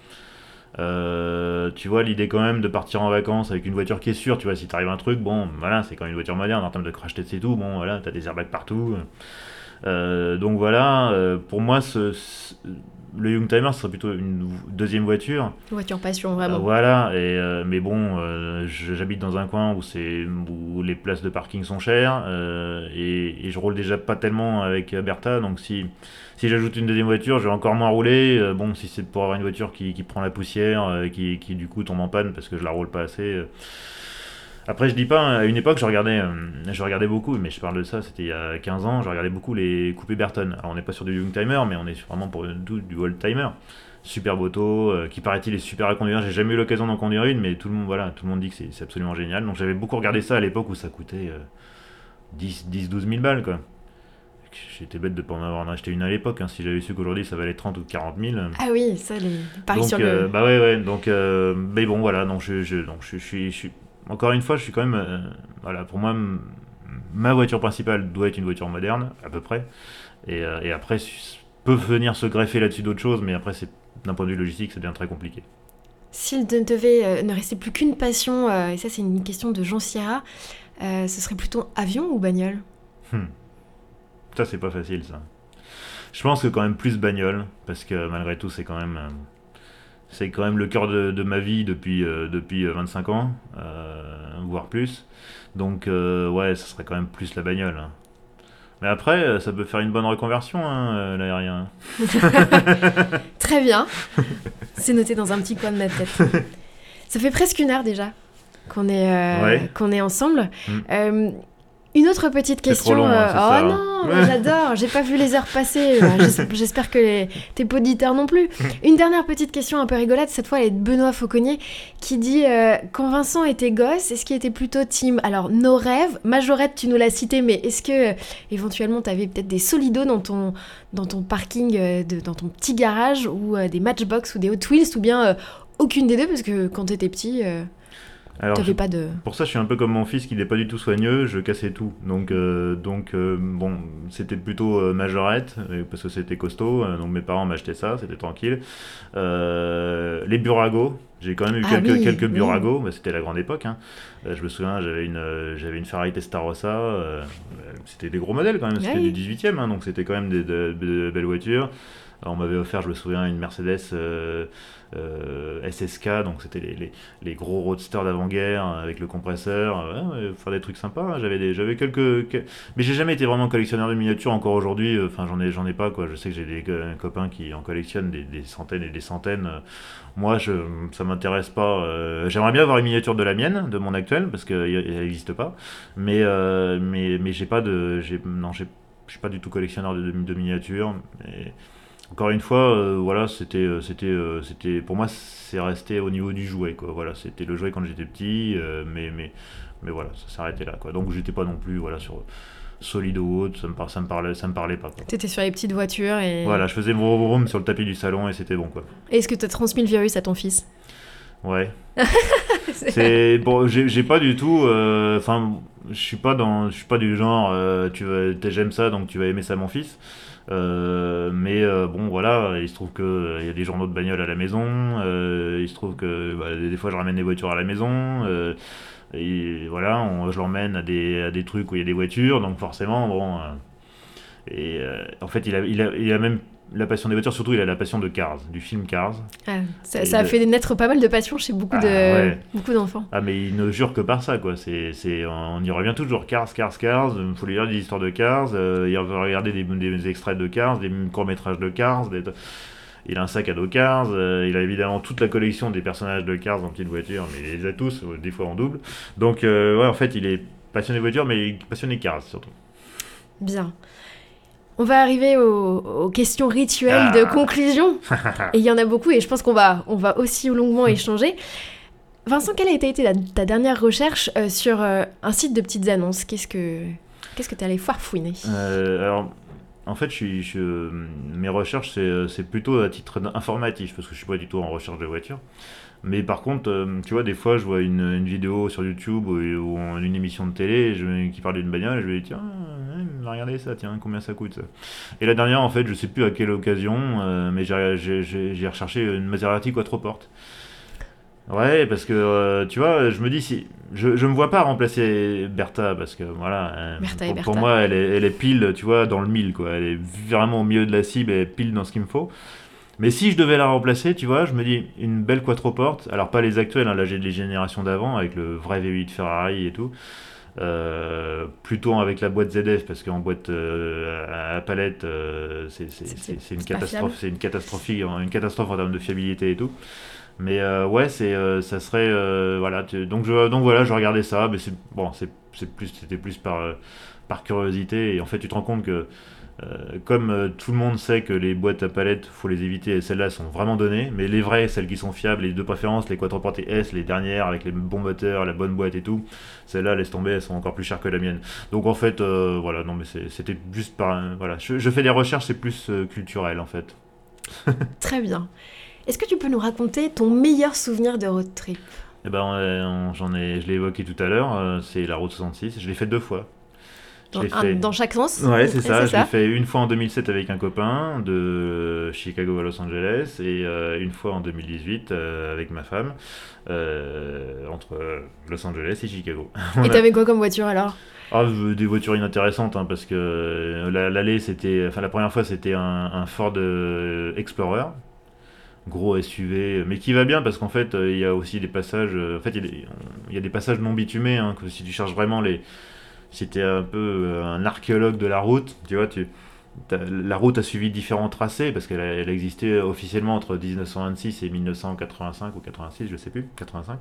Euh, tu vois, l'idée quand même de partir en vacances avec une voiture qui est sûre, tu vois, si t'arrive un truc, bon, voilà, c'est quand même une voiture moderne en termes de crash test et tout, bon, voilà, t'as des airbags partout. Euh, donc voilà, euh, pour moi, ce, ce- le Youngtimer, ce serait plutôt une deuxième voiture. Voiture passion, Euh, vraiment. voilà, et, euh, mais bon, euh, je- j'habite dans un coin où, c'est, où les places de parking sont chères, euh, et, et je roule déjà pas tellement avec euh, Bertha, donc si, si j'ajoute une deuxième voiture, je vais encore moins rouler. Euh, bon, si c'est pour avoir une voiture qui, qui prend la poussière, euh, qui, qui du coup tombe en panne parce que je la roule pas assez. euh. Après, je dis pas, hein, à une époque, je regardais, euh, je regardais beaucoup, mais je parle de ça, c'était il y a quinze ans, je regardais beaucoup les coupés Burton. Alors, on n'est pas sur du Youngtimer, mais on est vraiment pour du, du old-timer. Superbe auto, euh, qui paraît-il est super à conduire. J'ai jamais eu l'occasion d'en conduire une, mais tout le monde, voilà, tout le monde dit que c'est, c'est absolument génial. Donc j'avais beaucoup regardé ça à l'époque où ça coûtait euh, dix douze mille balles, quoi. J'étais bête de pas en avoir acheté une à l'époque, hein. Si j'avais su qu'aujourd'hui ça valait trente ou quarante mille. Ah oui, ça, les paris Donc, sur euh, le... bah ouais, ouais. Donc, euh, mais bon, voilà. Donc, je, je, donc je, je suis, je suis- encore une fois, je suis quand même, euh, voilà, pour moi, m- ma voiture principale doit être une voiture moderne, à peu près. Et, euh, et après, s- peut venir se greffer là-dessus d'autres choses, mais après, c'est, d'un point de vue logistique, ça devient très compliqué. S'il ne devait euh, ne restait plus qu'une passion, euh, et ça c'est une question de Jean Sierra, euh, ce serait plutôt avion ou bagnole? Hmm. Ça, c'est pas facile, ça. Je pense que quand même plus bagnole, parce que malgré tout, c'est quand même, euh, c'est quand même le cœur de, de ma vie depuis, euh, depuis euh, vingt-cinq ans, euh, voire plus. Donc, euh, ouais, ça serait quand même plus la bagnole, hein. Mais après, euh, ça peut faire une bonne reconversion, hein, euh, l'aérien. Très bien, c'est noté dans un petit coin de ma tête. Ça fait presque une heure déjà qu'on est, euh, Ouais. qu'on est ensemble. Mm. Euh, une autre petite C'est question. trop long, hein, euh, c'est oh ça. non, mais j'adore, j'ai pas vu les heures passer. euh, j'es- J'espère que les, tes auditeurs non plus. Une dernière petite question un peu rigolote, cette fois elle est de Benoît Fauconnier qui dit euh, quand Vincent était gosse, est-ce qu'il était plutôt team alors nos rêves, Majorette tu nous l'as cité, mais est-ce que euh, éventuellement t'avais peut-être des solidos dans ton, dans ton parking, euh, de, dans ton petit garage ou euh, des Matchbox ou des Hot Wheels ou bien euh, aucune des deux parce que quand t'étais petit, euh, Alors, t'avais je- pas de... pour ça, je suis un peu comme mon fils qui n'est pas du tout soigneux, je cassais tout. Donc, euh, donc euh, bon, c'était plutôt euh, Majorette, euh, parce que c'était costaud, euh, donc mes parents m'achetaient ça, c'était tranquille. Euh, les Burago, j'ai quand même eu Ah quelques, oui, quelques oui. Burago, bah, c'était la grande époque, hein. Euh, je me souviens, j'avais une, euh, j'avais une Ferrari Testarossa, euh, euh, c'était des gros modèles quand même, c'était Ouais. du dix-huitième, hein, donc c'était quand même des, de- de belles voitures. Alors, on m'avait offert, je me souviens, une Mercedes euh, euh, S S K, donc c'était les, les, les gros roadsters d'avant-guerre euh, avec le compresseur, euh, ouais, ouais, faire des trucs sympas, hein. J'avais des, j'avais quelques, que- mais j'ai jamais été vraiment collectionneur de miniatures encore aujourd'hui. euh, Enfin, j'en ai, j'en ai pas quoi. Je sais que j'ai des co- copains qui en collectionnent des, des centaines et des centaines. euh. Moi, je, ça m'intéresse pas. euh, J'aimerais bien avoir une miniature de la mienne, de mon actuel, parce qu'elle n'existe pas. Mais, euh, mais, mais j'ai pas de, j'ai, non, j'ai, je suis pas du tout collectionneur de, de, de miniatures. Et encore une fois, euh, voilà, c'était, euh, c'était, euh, c'était, pour moi, c'est resté au niveau du jouet, quoi. Voilà, c'était le jouet quand j'étais petit, euh, mais, mais, mais voilà, ça s'arrêtait là, quoi. Donc j'étais pas non plus, voilà, sur solide ou autre, ça me, par- ça me parlait, ça me parlait pas, quoi. T'étais sur les petites voitures et... Voilà, je faisais vroom vroom sur le tapis du salon et c'était bon, quoi. Est-ce que t'as transmis le virus à ton fils? Ouais. C'est bon, j'ai j'ai pas du tout. euh, Enfin, je suis pas dans, je suis pas du genre. euh, tu vas, t'es- j'aime ça, donc tu vas aimer ça, mon fils. Euh, mais euh, bon, voilà, il se trouve que euh, il y a des journaux de bagnole à la maison. euh, il se trouve que bah, des fois, je ramène des voitures à la maison. euh, et voilà, on- je l'emmène à des, à des trucs où il y a des voitures, donc forcément, bon. euh, et euh, en fait, il a, il a, il a même la passion des voitures. Surtout, il a la passion de Cars, du film Cars. Ah, ça, Et ça a de- fait naître pas mal de passion chez beaucoup, Ah, de, ouais. beaucoup d'enfants. Ah, mais il ne jure que par ça, quoi. C'est, c'est, on y revient toujours. Cars, Cars, Cars. Il faut lire des histoires de Cars. Euh, il va regarder des, des extraits de Cars, des courts-métrages de Cars. Des... Il a un sac à dos Cars. euh, il a évidemment toute la collection des personnages de Cars en petite voiture, mais il les a tous, euh, des fois en double. Donc, euh, ouais, en fait, il est passionné de voitures, mais passionné Cars surtout. Bien. On va arriver aux, aux questions rituelles Ah. de conclusion. Et il y en a beaucoup et je pense qu'on va, on va aussi longuement échanger. Vincent, quelle a été ta, ta dernière recherche euh, sur euh, un site de petites annonces? Qu'est-ce que qu'est-ce que tu es allé farfouiner? Euh, alors, en fait, je suis, je- mes recherches, c'est, c'est plutôt à titre informatif, parce que je suis pas du tout en recherche de voiture. Mais par contre, euh, tu vois, des fois, je vois une, une vidéo sur YouTube ou, ou en- une émission de télé et je- qui parle d'une bagnole et je me dis, tiens, ouais, regardez ça, tiens, combien ça coûte ça. Et la dernière, en fait, je sais plus à quelle occasion, euh, mais j'ai, j'ai, j'ai- j'ai recherché une Maserati Quattroporte. Ouais, parce que euh, tu vois, je me dis si je je me vois pas remplacer Bertha parce que voilà, euh, Bertha et pour, pour Bertha. moi elle est elle est pile, tu vois, dans le mille quoi. Elle est vraiment au milieu de la cible, elle est pile dans ce qu'il me faut. Mais si je devais la remplacer, tu vois, je me dis une belle quattroporte. Alors pas les actuelles, hein, là j'ai les générations d'avant avec le vrai V huit Ferrari et tout. Euh, plutôt avec la boîte Z F parce qu'en boîte euh, à, à palette euh, c'est c'est- C'est c'est- c'est- c'est une c'est pas fiable. catastrophe, c'est une catastrophique, une catastrophe en termes de fiabilité et tout. Mais euh, ouais, c'est, euh, ça serait euh, voilà. tu- donc je, donc voilà, je regardais ça, mais c'est bon, c'est, c'est plus, c'était plus par euh, par curiosité. Et en fait, tu te rends compte que euh, comme euh, tout le monde sait que les boîtes à palettes, faut les éviter, et celles-là sont vraiment données. Mais les vraies, celles qui sont fiables, les deux préférences, les quattroportes et S, les dernières avec les bons moteurs, la bonne boîte et tout, celles-là, laisse tomber, elles sont encore plus chères que la mienne. Donc en fait, euh, voilà, non mais c'est- c'était juste par euh, voilà. Je, je fais des recherches, c'est plus euh, culturel en fait. Très bien. Est-ce que tu peux nous raconter ton meilleur souvenir de road trip? Eh ben, on- j'en ai, je l'ai évoqué tout à l'heure, euh, c'est la route soixante-six. Je l'ai fait deux fois. Je Dans, l'ai un- fait. dans chaque sens? Ouais, c'est Et ça. c'est Je l'ai ça. fait une fois en deux mille sept avec un copain de Chicago à Los Angeles et euh, une fois en deux mille dix-huit euh, avec ma femme euh, entre Los Angeles et Chicago. On Et a- t'avais quoi comme voiture alors? Ah, euh, des voitures inintéressantes hein, parce que euh, la- l'allée c'était, enfin la première fois c'était un, un Ford euh, Explorer. Gros S U V, mais qui va bien parce qu'en fait euh, il y a aussi des passages, euh, en fait il y, a des il y a des passages non bitumés, hein, que si tu cherches vraiment les, si t'es un peu euh, un archéologue de la route, tu vois, tu, t'as- la route a suivi différents tracés parce qu'elle a, elle a existé officiellement entre dix-neuf cent vingt-six et mille neuf cent quatre-vingt-cinq ou quatre-vingt-six, je sais plus, quatre-vingt-cinq.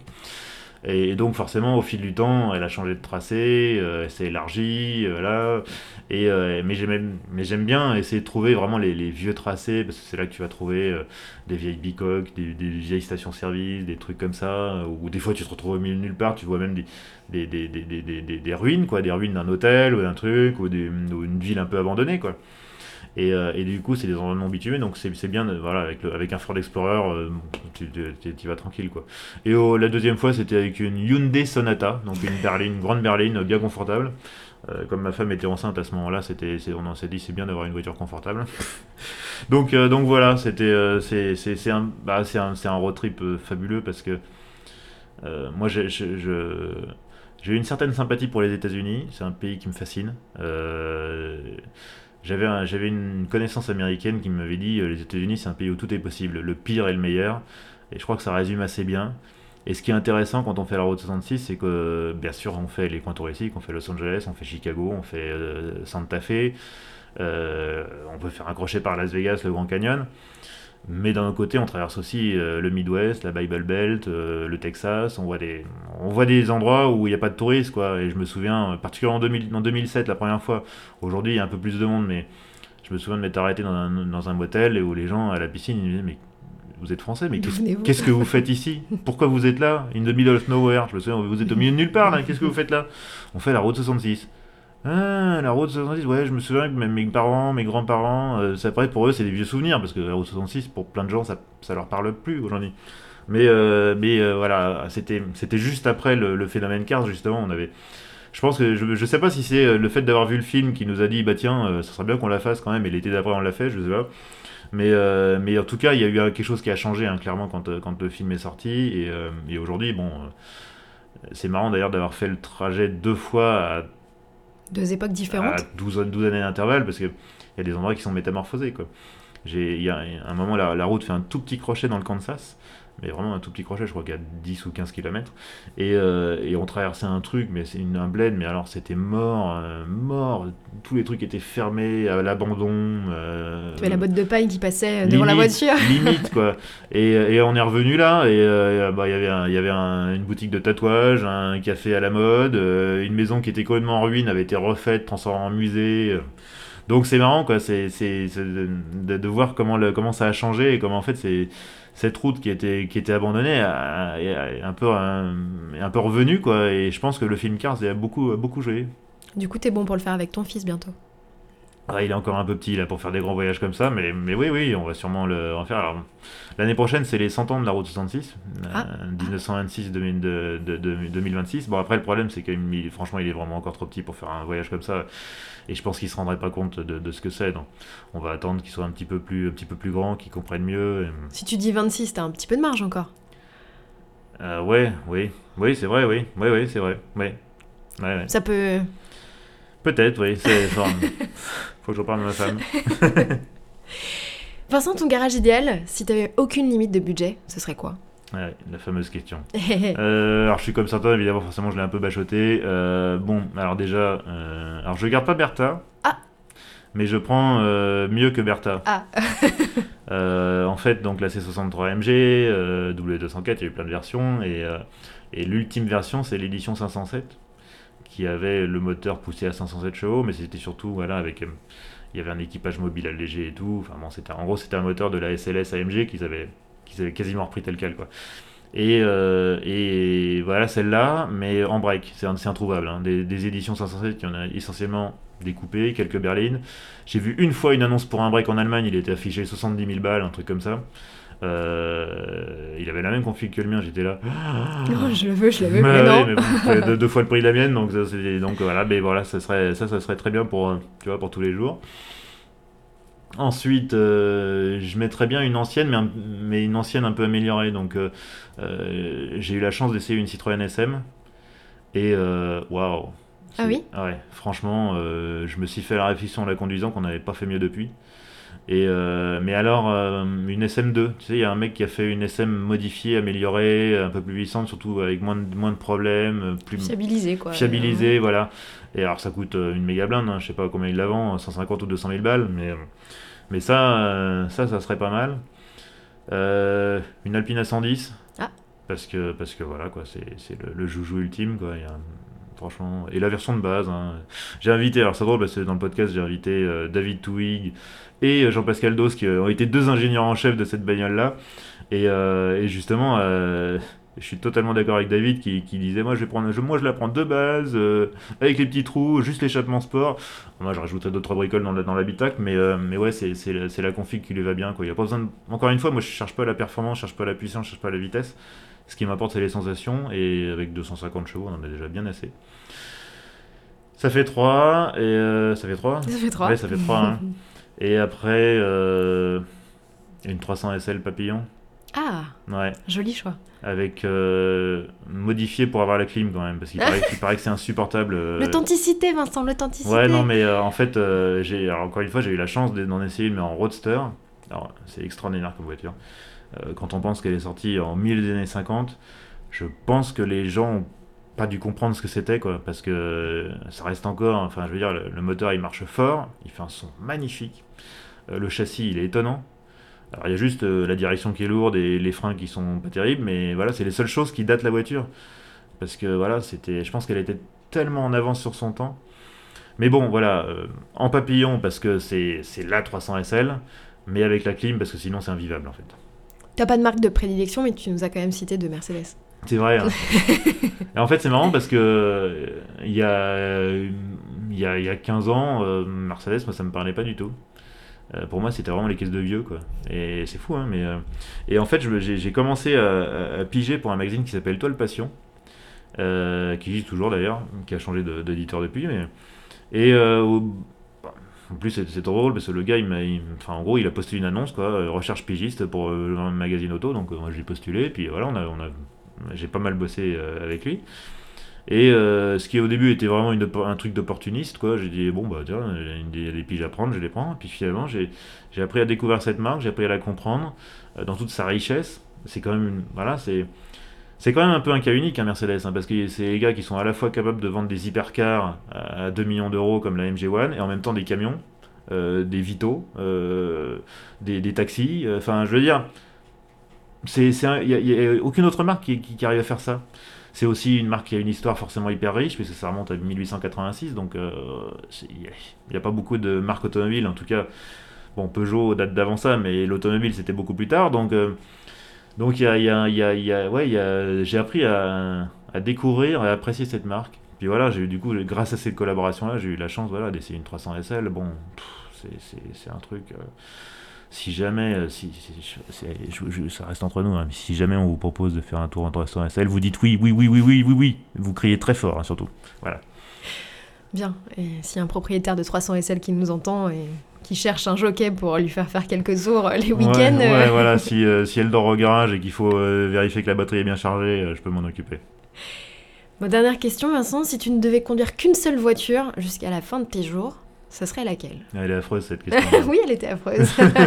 Et donc forcément, au fil du temps, elle a changé de tracé, euh, elle s'est élargie, euh, là. Et, euh, mais j'aime, mais j'aime bien essayer de trouver vraiment les, les vieux tracés, parce que c'est là que tu vas trouver euh, des vieilles bicoques, des, des vieilles stations-service, des trucs comme ça, euh, ou des fois tu te retrouves au milieu de nulle part, tu vois même des, des, des, des, des, des- des- des ruines, quoi, des ruines d'un hôtel ou d'un truc, ou, des, ou une ville un peu abandonnée, quoi. Et, euh, et du coup, c'est des endroits non bitumés, donc c'est c'est bien, de- voilà, avec, le- avec un Ford Explorer, euh, tu, tu- tu vas tranquille, quoi. Et oh, la deuxième fois, c'était avec une Hyundai Sonata, donc une berline, une grande berline, bien confortable. Euh, comme ma femme était enceinte à ce moment-là, c'était, c'est- on s'est dit c'est bien d'avoir une voiture confortable. Donc, euh, donc voilà, c'était, euh, c'est, c'est, c'est un, bah, c'est un, c'est un road trip euh, fabuleux parce que euh, moi, j'ai, je, je- j'ai une certaine sympathie pour les États-Unis. C'est un pays qui me fascine. Euh, j'avais, un- j'avais une connaissance américaine qui m'avait dit euh, les États-Unis, c'est un pays où tout est possible, le pire est le meilleur. Et je crois que ça résume assez bien. Et ce qui est intéressant quand on fait la route soixante-six, c'est que bien sûr on fait les coins touristiques, on fait Los Angeles, on fait Chicago, on fait euh, Santa Fe, euh, on peut faire un crochet par Las Vegas, le Grand Canyon. Mais d'un autre côté, on traverse aussi euh, le Midwest, la Bible Belt, euh, le Texas. On voit des, on voit des endroits où il n'y a pas de touristes, quoi. Et je me souviens, euh, particulièrement en, deux mille, en deux mille sept, la première fois. Aujourd'hui, il y a un peu plus de monde, mais je me souviens de m'être arrêté dans un, dans un motel et où les gens à la piscine ils me disaient mais vous êtes français, mais D'où qu'est-ce, venez-vous? qu'est-ce que vous faites ici? Pourquoi vous êtes là? In the middle of nowhere. Je me souviens, vous êtes au milieu de nulle part, là. Qu'est-ce que vous faites là? On fait la route soixante-six. Ah, la route soixante-six, ouais, je me souviens que même mes parents, mes grands-parents, euh, ça après pour eux c'est des vieux souvenirs parce que la route soixante-six pour plein de gens ça, ça leur parle plus aujourd'hui. Mais, euh, mais euh, voilà, c'était, c'était juste après le, le phénomène Cars justement. On avait, je pense que je, je sais pas si c'est euh, le fait d'avoir vu le film qui nous a dit bah tiens, euh, ça serait bien qu'on la fasse quand même. Et l'été d'après on l'a fait, je sais pas. Mais, euh, mais en tout cas, il y a eu euh, quelque chose qui a changé hein, clairement quand, euh, quand le film est sorti. Et, euh, et aujourd'hui, bon, euh, c'est marrant d'ailleurs d'avoir fait le trajet deux fois à Deux époques à différentes? douze, douze années d'intervalle parce qu'il y a des endroits qui sont métamorphosés. Quoi. J'ai, il y a un moment, la, la route fait un tout petit crochet dans le Kansas, mais vraiment un tout petit crochet, je crois qu'il y a dix ou quinze kilomètres. Et, euh, et on traversait un truc, mais c'est une, un bled, mais alors c'était mort, euh, mort. Tous les trucs étaient fermés, à l'abandon. Euh, Tu avais la botte de paille qui passait devant la limite, voiture. limite quoi. Et, et on est revenu là, et euh, bah, il y avait, un- il y avait un- une boutique de tatouage, un café à la mode, euh, une maison qui était complètement en ruine avait été refaite, transformée en musée. euh. Donc c'est marrant quoi, c'est, c'est, c'est de, de- de voir comment, le, comment ça a changé et comment en fait c'est, cette route qui était, qui était abandonnée a- a- est un peu, un, est un peu revenue quoi. Et je pense que le film Cars a beaucoup, a beaucoup joué. Du coup, t'es bon pour le faire avec ton fils bientôt. Ah, il est encore un peu petit là pour faire des grands voyages comme ça, mais, mais oui, oui, on va sûrement le en faire. Alors, l'année prochaine, c'est les cent ans de la route soixante-six, Ah. euh, dix-neuf cent vingt-six deux mille de, de- de- deux mille vingt-six. Bon, après, le problème, c'est que il- franchement, il est vraiment encore trop petit pour faire un voyage comme ça, et je pense qu'il se rendrait pas compte de, de ce que c'est. Donc, on va attendre qu'il soit un petit peu plus, un petit peu plus grand, qu'il comprenne mieux. et- Si tu dis vingt-six, t'as un petit peu de marge encore. Euh, ouais, oui, oui, c'est vrai, oui, oui, oui, c'est vrai, ouais, ouais, ouais. Ça peut... Peut-être, oui, c'est... Enfin, faut que j'en parle à ma femme. Vincent, ton garage idéal, si t'avais aucune limite de budget, ce serait quoi? Ouais, la fameuse question. Euh, alors je suis comme certains, évidemment, forcément je l'ai un peu bachoté. Euh, bon, alors déjà, euh, alors je garde pas Bertha, Ah. mais je prends euh, mieux que Bertha. Ah. Euh, en fait, donc la C soixante-trois M G, euh, W deux cent quatre, il y a eu plein de versions, et, euh, et l'ultime version, c'est l'édition cinq cent sept, qui avait le moteur poussé à cinq cent sept chevaux, mais c'était surtout, voilà, avec... Euh, il y avait un équipage mobile allégé et tout. Enfin bon, c'était, en gros, c'était un moteur de la S L S A M G qu'ils avaient, qu'ils avaient quasiment repris tel quel, quoi. Et, euh, et voilà celle-là, mais en break, c'est, c'est introuvable. Hein. Des, des éditions cinq cent sept, il y en a essentiellement des coupés, quelques berlines. J'ai vu une fois une annonce pour un break en Allemagne, il était affiché soixante-dix mille balles, un truc comme ça. Euh, il avait la même config que le mien, j'étais là. Non, je le veux, je le veux, Bah mais ouais, non. mais bon, c'est deux, deux fois le prix de la mienne, donc, ça, c'est, donc voilà, mais voilà, ça serait, ça, ça serait très bien pour, tu vois, pour tous les jours. Ensuite, euh, je mettrais bien une ancienne, mais, un- mais une ancienne un peu améliorée. Donc, euh, euh, j'ai eu la chance d'essayer une Citroën S M. Et euh, waouh! Ah C'est- oui? ah ouais, franchement, euh, je me suis fait la réflexion en la conduisant qu'on n'avait pas fait mieux depuis. Et, euh, mais alors, euh, une S M deux, tu sais, il y a un mec qui a fait une S M modifiée, améliorée, un peu plus puissante, surtout avec moins de, moins de problèmes, plus Fiabilisé, quoi. fiabilisée, voilà. Et alors, ça coûte euh, une méga blinde, hein, je sais pas combien il la vend, cent cinquante ou deux cent mille balles, mais, euh, mais ça, euh, ça, ça serait pas mal. Euh, une Alpine A cent dix, Ah. parce que, parce que voilà, quoi, c'est, c'est le, le joujou ultime, quoi. Il y a un- franchement, et la version de base, hein. J'ai invité, alors c'est drôle parce que dans le podcast, j'ai invité euh, David Touig et euh, Jean-Pascal Dos, qui euh, ont été deux ingénieurs en chef de cette bagnole-là. Et, euh, et justement, euh, je suis totalement d'accord avec David qui, qui disait moi je vais prendre, je, moi je la prends de base, euh, avec les petits trous, juste l'échappement sport. Moi je rajouterais deux trois bricoles dans, la- dans l'habitacle, mais, euh, mais ouais, c'est, c'est, la, c'est la config qui lui va bien, quoi. Il y a pas besoin de... Encore une fois, moi je cherche pas la performance, je cherche pas la puissance, je cherche pas la vitesse. Ce qui m'importe, c'est les sensations, et avec deux cent cinquante chevaux, on en a déjà bien assez. Ça fait trois, et euh, ça fait trois. Ça fait trois. Ouais, ça fait trois, hein. Et après, euh, une trois cents S L Papillon. Ah, Ouais, joli choix. avec euh, modifié pour avoir la clim quand même, parce qu'il paraît, il paraît que c'est insupportable. euh. L'authenticité, Vincent, l'authenticité. Ouais, non, mais euh, en fait, euh, j'ai, alors, encore une fois, j'ai eu la chance d'en essayer une, mais en roadster. Alors, c'est extraordinaire comme voiture. Euh, quand on pense qu'elle est sortie en milieu des années cinquante, je pense que les gens ont pas dû comprendre ce que c'était, quoi, parce que ça reste encore, enfin, je veux dire, le, le moteur il marche fort, il fait un son magnifique. Euh, le châssis il est étonnant. Alors il y a juste euh, la direction qui est lourde et les freins qui sont pas terribles, mais voilà, c'est les seules choses qui datent la voiture. Parce que voilà, c'était, je pense qu'elle était tellement en avance sur son temps. Mais bon, voilà, euh, en papillon parce que c'est, c'est la trois cents S L, mais avec la clim parce que sinon c'est invivable en fait. T'as pas de marque de prédilection, mais tu nous as quand même cité deux Mercedes. C'est vrai. Hein. Et en fait, c'est marrant parce que euh, il y, a, il y, a, il y a quinze ans, euh, Mercedes, moi ça me parlait pas du tout. Euh, pour moi, c'était vraiment les caisses de vieux, quoi. Et c'est fou, hein, mais... euh, Et en fait, je me- j'ai, j'ai commencé à, à- à piger pour un magazine qui s'appelle Toile Passion, euh, qui existe toujours d'ailleurs, qui a changé de- d'éditeur depuis, mais... Et euh, au- bah, en plus, c'est, c'est trop drôle, parce que le gars, il m'a... il- Enfin, en gros, il a posté une annonce, quoi, euh, recherche pigiste pour euh, un magazine auto, donc euh, moi j'ai postulé, puis voilà, on a, on a... j'ai pas mal bossé euh, avec lui. Et euh, ce qui au début était vraiment une, un truc d'opportuniste, quoi. J'ai dit, bon, bah tiens, il y a des piges à prendre, je les prends. Et puis finalement, j'ai, j'ai appris à découvrir cette marque, j'ai appris à la comprendre euh, dans toute sa richesse. C'est quand même une, voilà, c'est, c'est quand même un peu un cas unique, hein, Mercedes, hein, parce que c'est les gars qui sont à la fois capables de vendre des hypercars à deux millions d'euros comme la M G un et en même temps des camions, euh, des Vito, euh, des, des taxis. Enfin, je veux dire, c'est, c'est un- il n'y a, y a aucune autre marque qui, qui, qui arrive à faire ça. C'est aussi une marque qui a une histoire forcément hyper riche, puisque ça remonte à mille huit cent quatre-vingt-six, donc euh, c'est- il n'y a pas beaucoup de marques automobiles, en tout cas, bon, Peugeot date d'avant ça, mais l'automobile c'était beaucoup plus tard, donc euh, donc il y a, il y a- il y a- il y a- ouais, il y a- j'ai appris à, à découvrir et à apprécier cette marque. Puis voilà, j'ai eu du coup, grâce à cette collaboration-là, j'ai eu la chance voilà, d'essayer une trois cents S L, bon, pff, c'est, c'est, c'est un truc... euh, si jamais, euh, si, si- c'est- je- je- ça reste entre nous, hein, mais si jamais on vous propose de faire un tour en trois cents S L, vous dites oui, oui, oui, oui, oui, oui, oui. Vous criez très fort, hein, surtout. Voilà. Bien. Et s'il y a un propriétaire de trois cents S L qui nous entend et qui cherche un jockey pour lui faire faire quelques tours les week-ends... Ouais, euh... ouais voilà, si, euh, si elle dort au garage et qu'il faut euh, vérifier que la batterie est bien chargée, euh, je peux m'en occuper. Bon, dernière question, Vincent. Si tu ne devais conduire qu'une seule voiture jusqu'à la fin de tes jours, ce serait laquelle? Elle est affreuse cette question. Oui, elle était affreuse.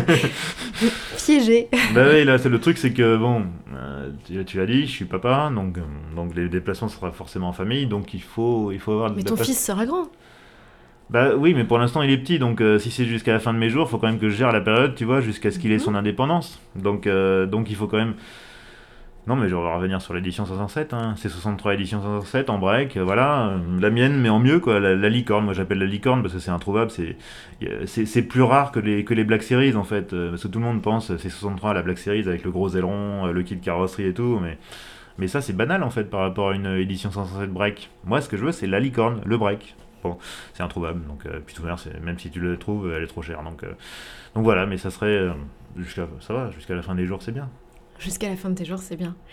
Piégée. Bah oui, là, c'est le truc, c'est que bon, euh, tu, tu l'as dit, je suis papa, donc, donc les déplacements sera forcément en famille, donc il faut, il faut avoir... Mais ton place... fils sera grand. Bah oui, mais pour l'instant il est petit, donc euh, si c'est jusqu'à la fin de mes jours, il faut quand même que je gère la période, tu vois, jusqu'à ce qu'il ait son indépendance. Donc, euh, donc il faut quand même... Non, mais je vais revenir sur l'édition cinq cent sept, hein. C'est soixante-trois édition cinq cent sept en break, euh, voilà, euh, la mienne, mais en mieux, quoi, la, la licorne, moi j'appelle la licorne parce que c'est introuvable, c'est, c'est, c'est plus rare que les, que les Black Series en fait, euh, parce que tout le monde pense c'est soixante-trois la Black Series avec le gros aileron, euh, le kit carrosserie et tout, mais, mais ça c'est banal en fait par rapport à une édition cinq cent sept break. Moi ce que je veux c'est la licorne, le break. Bon, c'est introuvable, donc euh, puis tout c'est, même si tu le trouves, elle est trop chère, donc, euh, donc voilà, mais ça serait, euh, jusqu'à, ça va, jusqu'à la fin des jours c'est bien. Jusqu'à la fin de tes jours, c'est bien.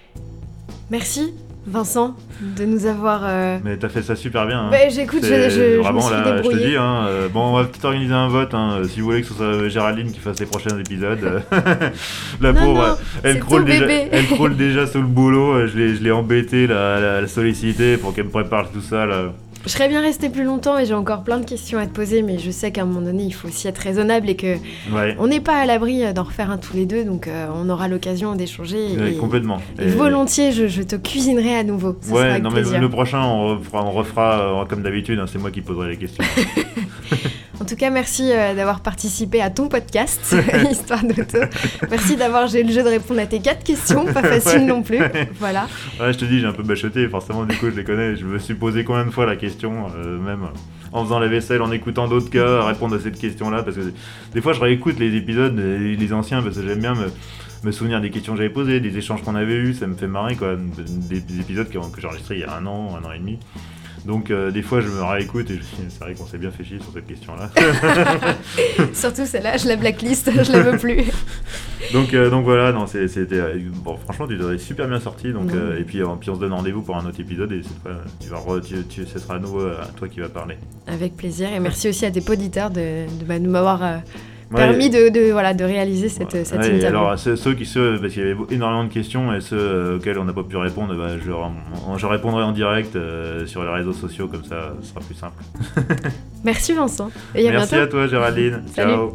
Merci, Vincent, de nous avoir... Euh... Mais t'as fait ça super bien. Hein. Bah, j'écoute, je, je, vraiment, je me suis là, débrouillée. Je te dis, hein, euh, bon, on va peut-être organiser un vote, hein, si vous voulez que ce soit Géraldine qui fasse les prochains épisodes. La non, pauvre, non, elle, crawl déjà, elle crawl déjà sous le boulot, je l'ai, je l'ai embêtée, la, la, la solliciter pour qu'elle me prépare tout ça, là. Je serais bien restée plus longtemps et j'ai encore plein de questions à te poser, mais je sais qu'à un moment donné, il faut aussi être raisonnable et que ouais. on n'est pas à l'abri d'en refaire un tous les deux, donc euh, on aura l'occasion d'échanger. Ouais, et, complètement. Et, et volontiers, je, je te cuisinerai à nouveau. Ça ouais, sera avec non plaisir. mais le prochain, on refera, on refera euh, comme d'habitude, hein, c'est moi qui poserai les questions. En tout cas, merci euh, d'avoir participé à ton podcast, Histoire d'Auto. Merci d'avoir joué le jeu de répondre à tes quatre questions, pas facile ouais. non plus. Voilà. Ouais, je te dis, j'ai un peu bachoté, forcément, du coup, je les connais. Je me suis posé combien de fois la question, euh, même en faisant la vaisselle, en écoutant d'autres cas, répondre à cette question-là, parce que des fois, je réécoute les épisodes, les, les anciens, parce que j'aime bien me, me souvenir des questions que j'avais posées, des échanges qu'on avait eus, ça me fait marrer, quoi. Des, des épisodes que, que j'ai enregistrés il y a un an, un an et demi. Donc euh, des fois je me réécoute et je dis c'est vrai qu'on s'est bien fait chier sur cette question-là. Surtout celle-là, je la blacklist, je la veux plus. donc, euh, donc voilà, non, c'est, c'était bon, franchement tu es super bien sorti. Donc, mmh. euh, et puis, euh, puis on se donne rendez-vous pour un autre épisode et cette fois tu vas re, tu, tu, ce sera à nouveau à toi qui va parler. Avec plaisir et merci aussi à tes auditeurs de, de, de, de m'avoir... Euh... permis ouais. de, de, voilà, de réaliser cette, ouais. cette ouais, interview. Alors, ceux, ceux qui, ceux, parce qu'il y avait énormément de questions et ceux euh, auxquels on n'a pas pu répondre, bah, je, je répondrai en direct euh, sur les réseaux sociaux, comme ça, ce sera plus simple. Merci Vincent. Et à Merci bientôt. à toi Géraldine. Salut. Ciao.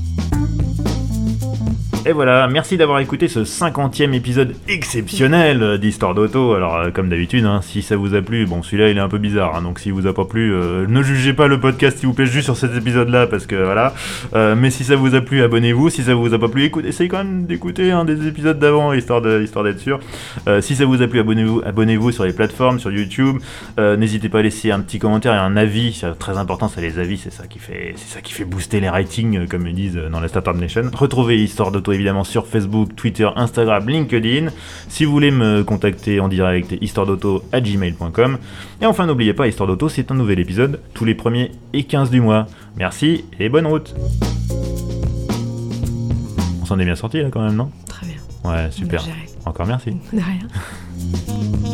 Et voilà, merci d'avoir écouté ce cinquantième épisode exceptionnel d'Histoire d'Auto. Alors, euh, comme d'habitude, hein, si ça vous a plu, bon, celui-là, il est un peu bizarre, hein, donc s'il vous a pas plu, euh, ne jugez pas le podcast, s'il vous plaît, juste sur cet épisode-là, parce que voilà. Euh, mais si ça vous a plu, abonnez-vous. Si ça vous a pas plu, écoutez, essayez quand même d'écouter hein, des épisodes d'avant, histoire, de, histoire d'être sûr. Euh, si ça vous a plu, abonnez-vous, abonnez-vous sur les plateformes, sur YouTube. Euh, n'hésitez pas à laisser un petit commentaire et un avis. C'est très important, c'est les avis, c'est ça qui fait, c'est ça qui fait booster les ratings, comme ils disent dans la Startup Nation. Retrouvez Histoire d'Auto évidemment sur Facebook, Twitter, Instagram, LinkedIn. Si vous voulez me contacter en direct, histoire d'auto arobase gmail point com. Et enfin, n'oubliez pas, Histoire d'Auto, c'est un nouvel épisode tous les premiers et quinze du mois. Merci et bonne route. On s'en est bien sorti là quand même, non ? Très bien. Ouais, super. Encore merci. De rien.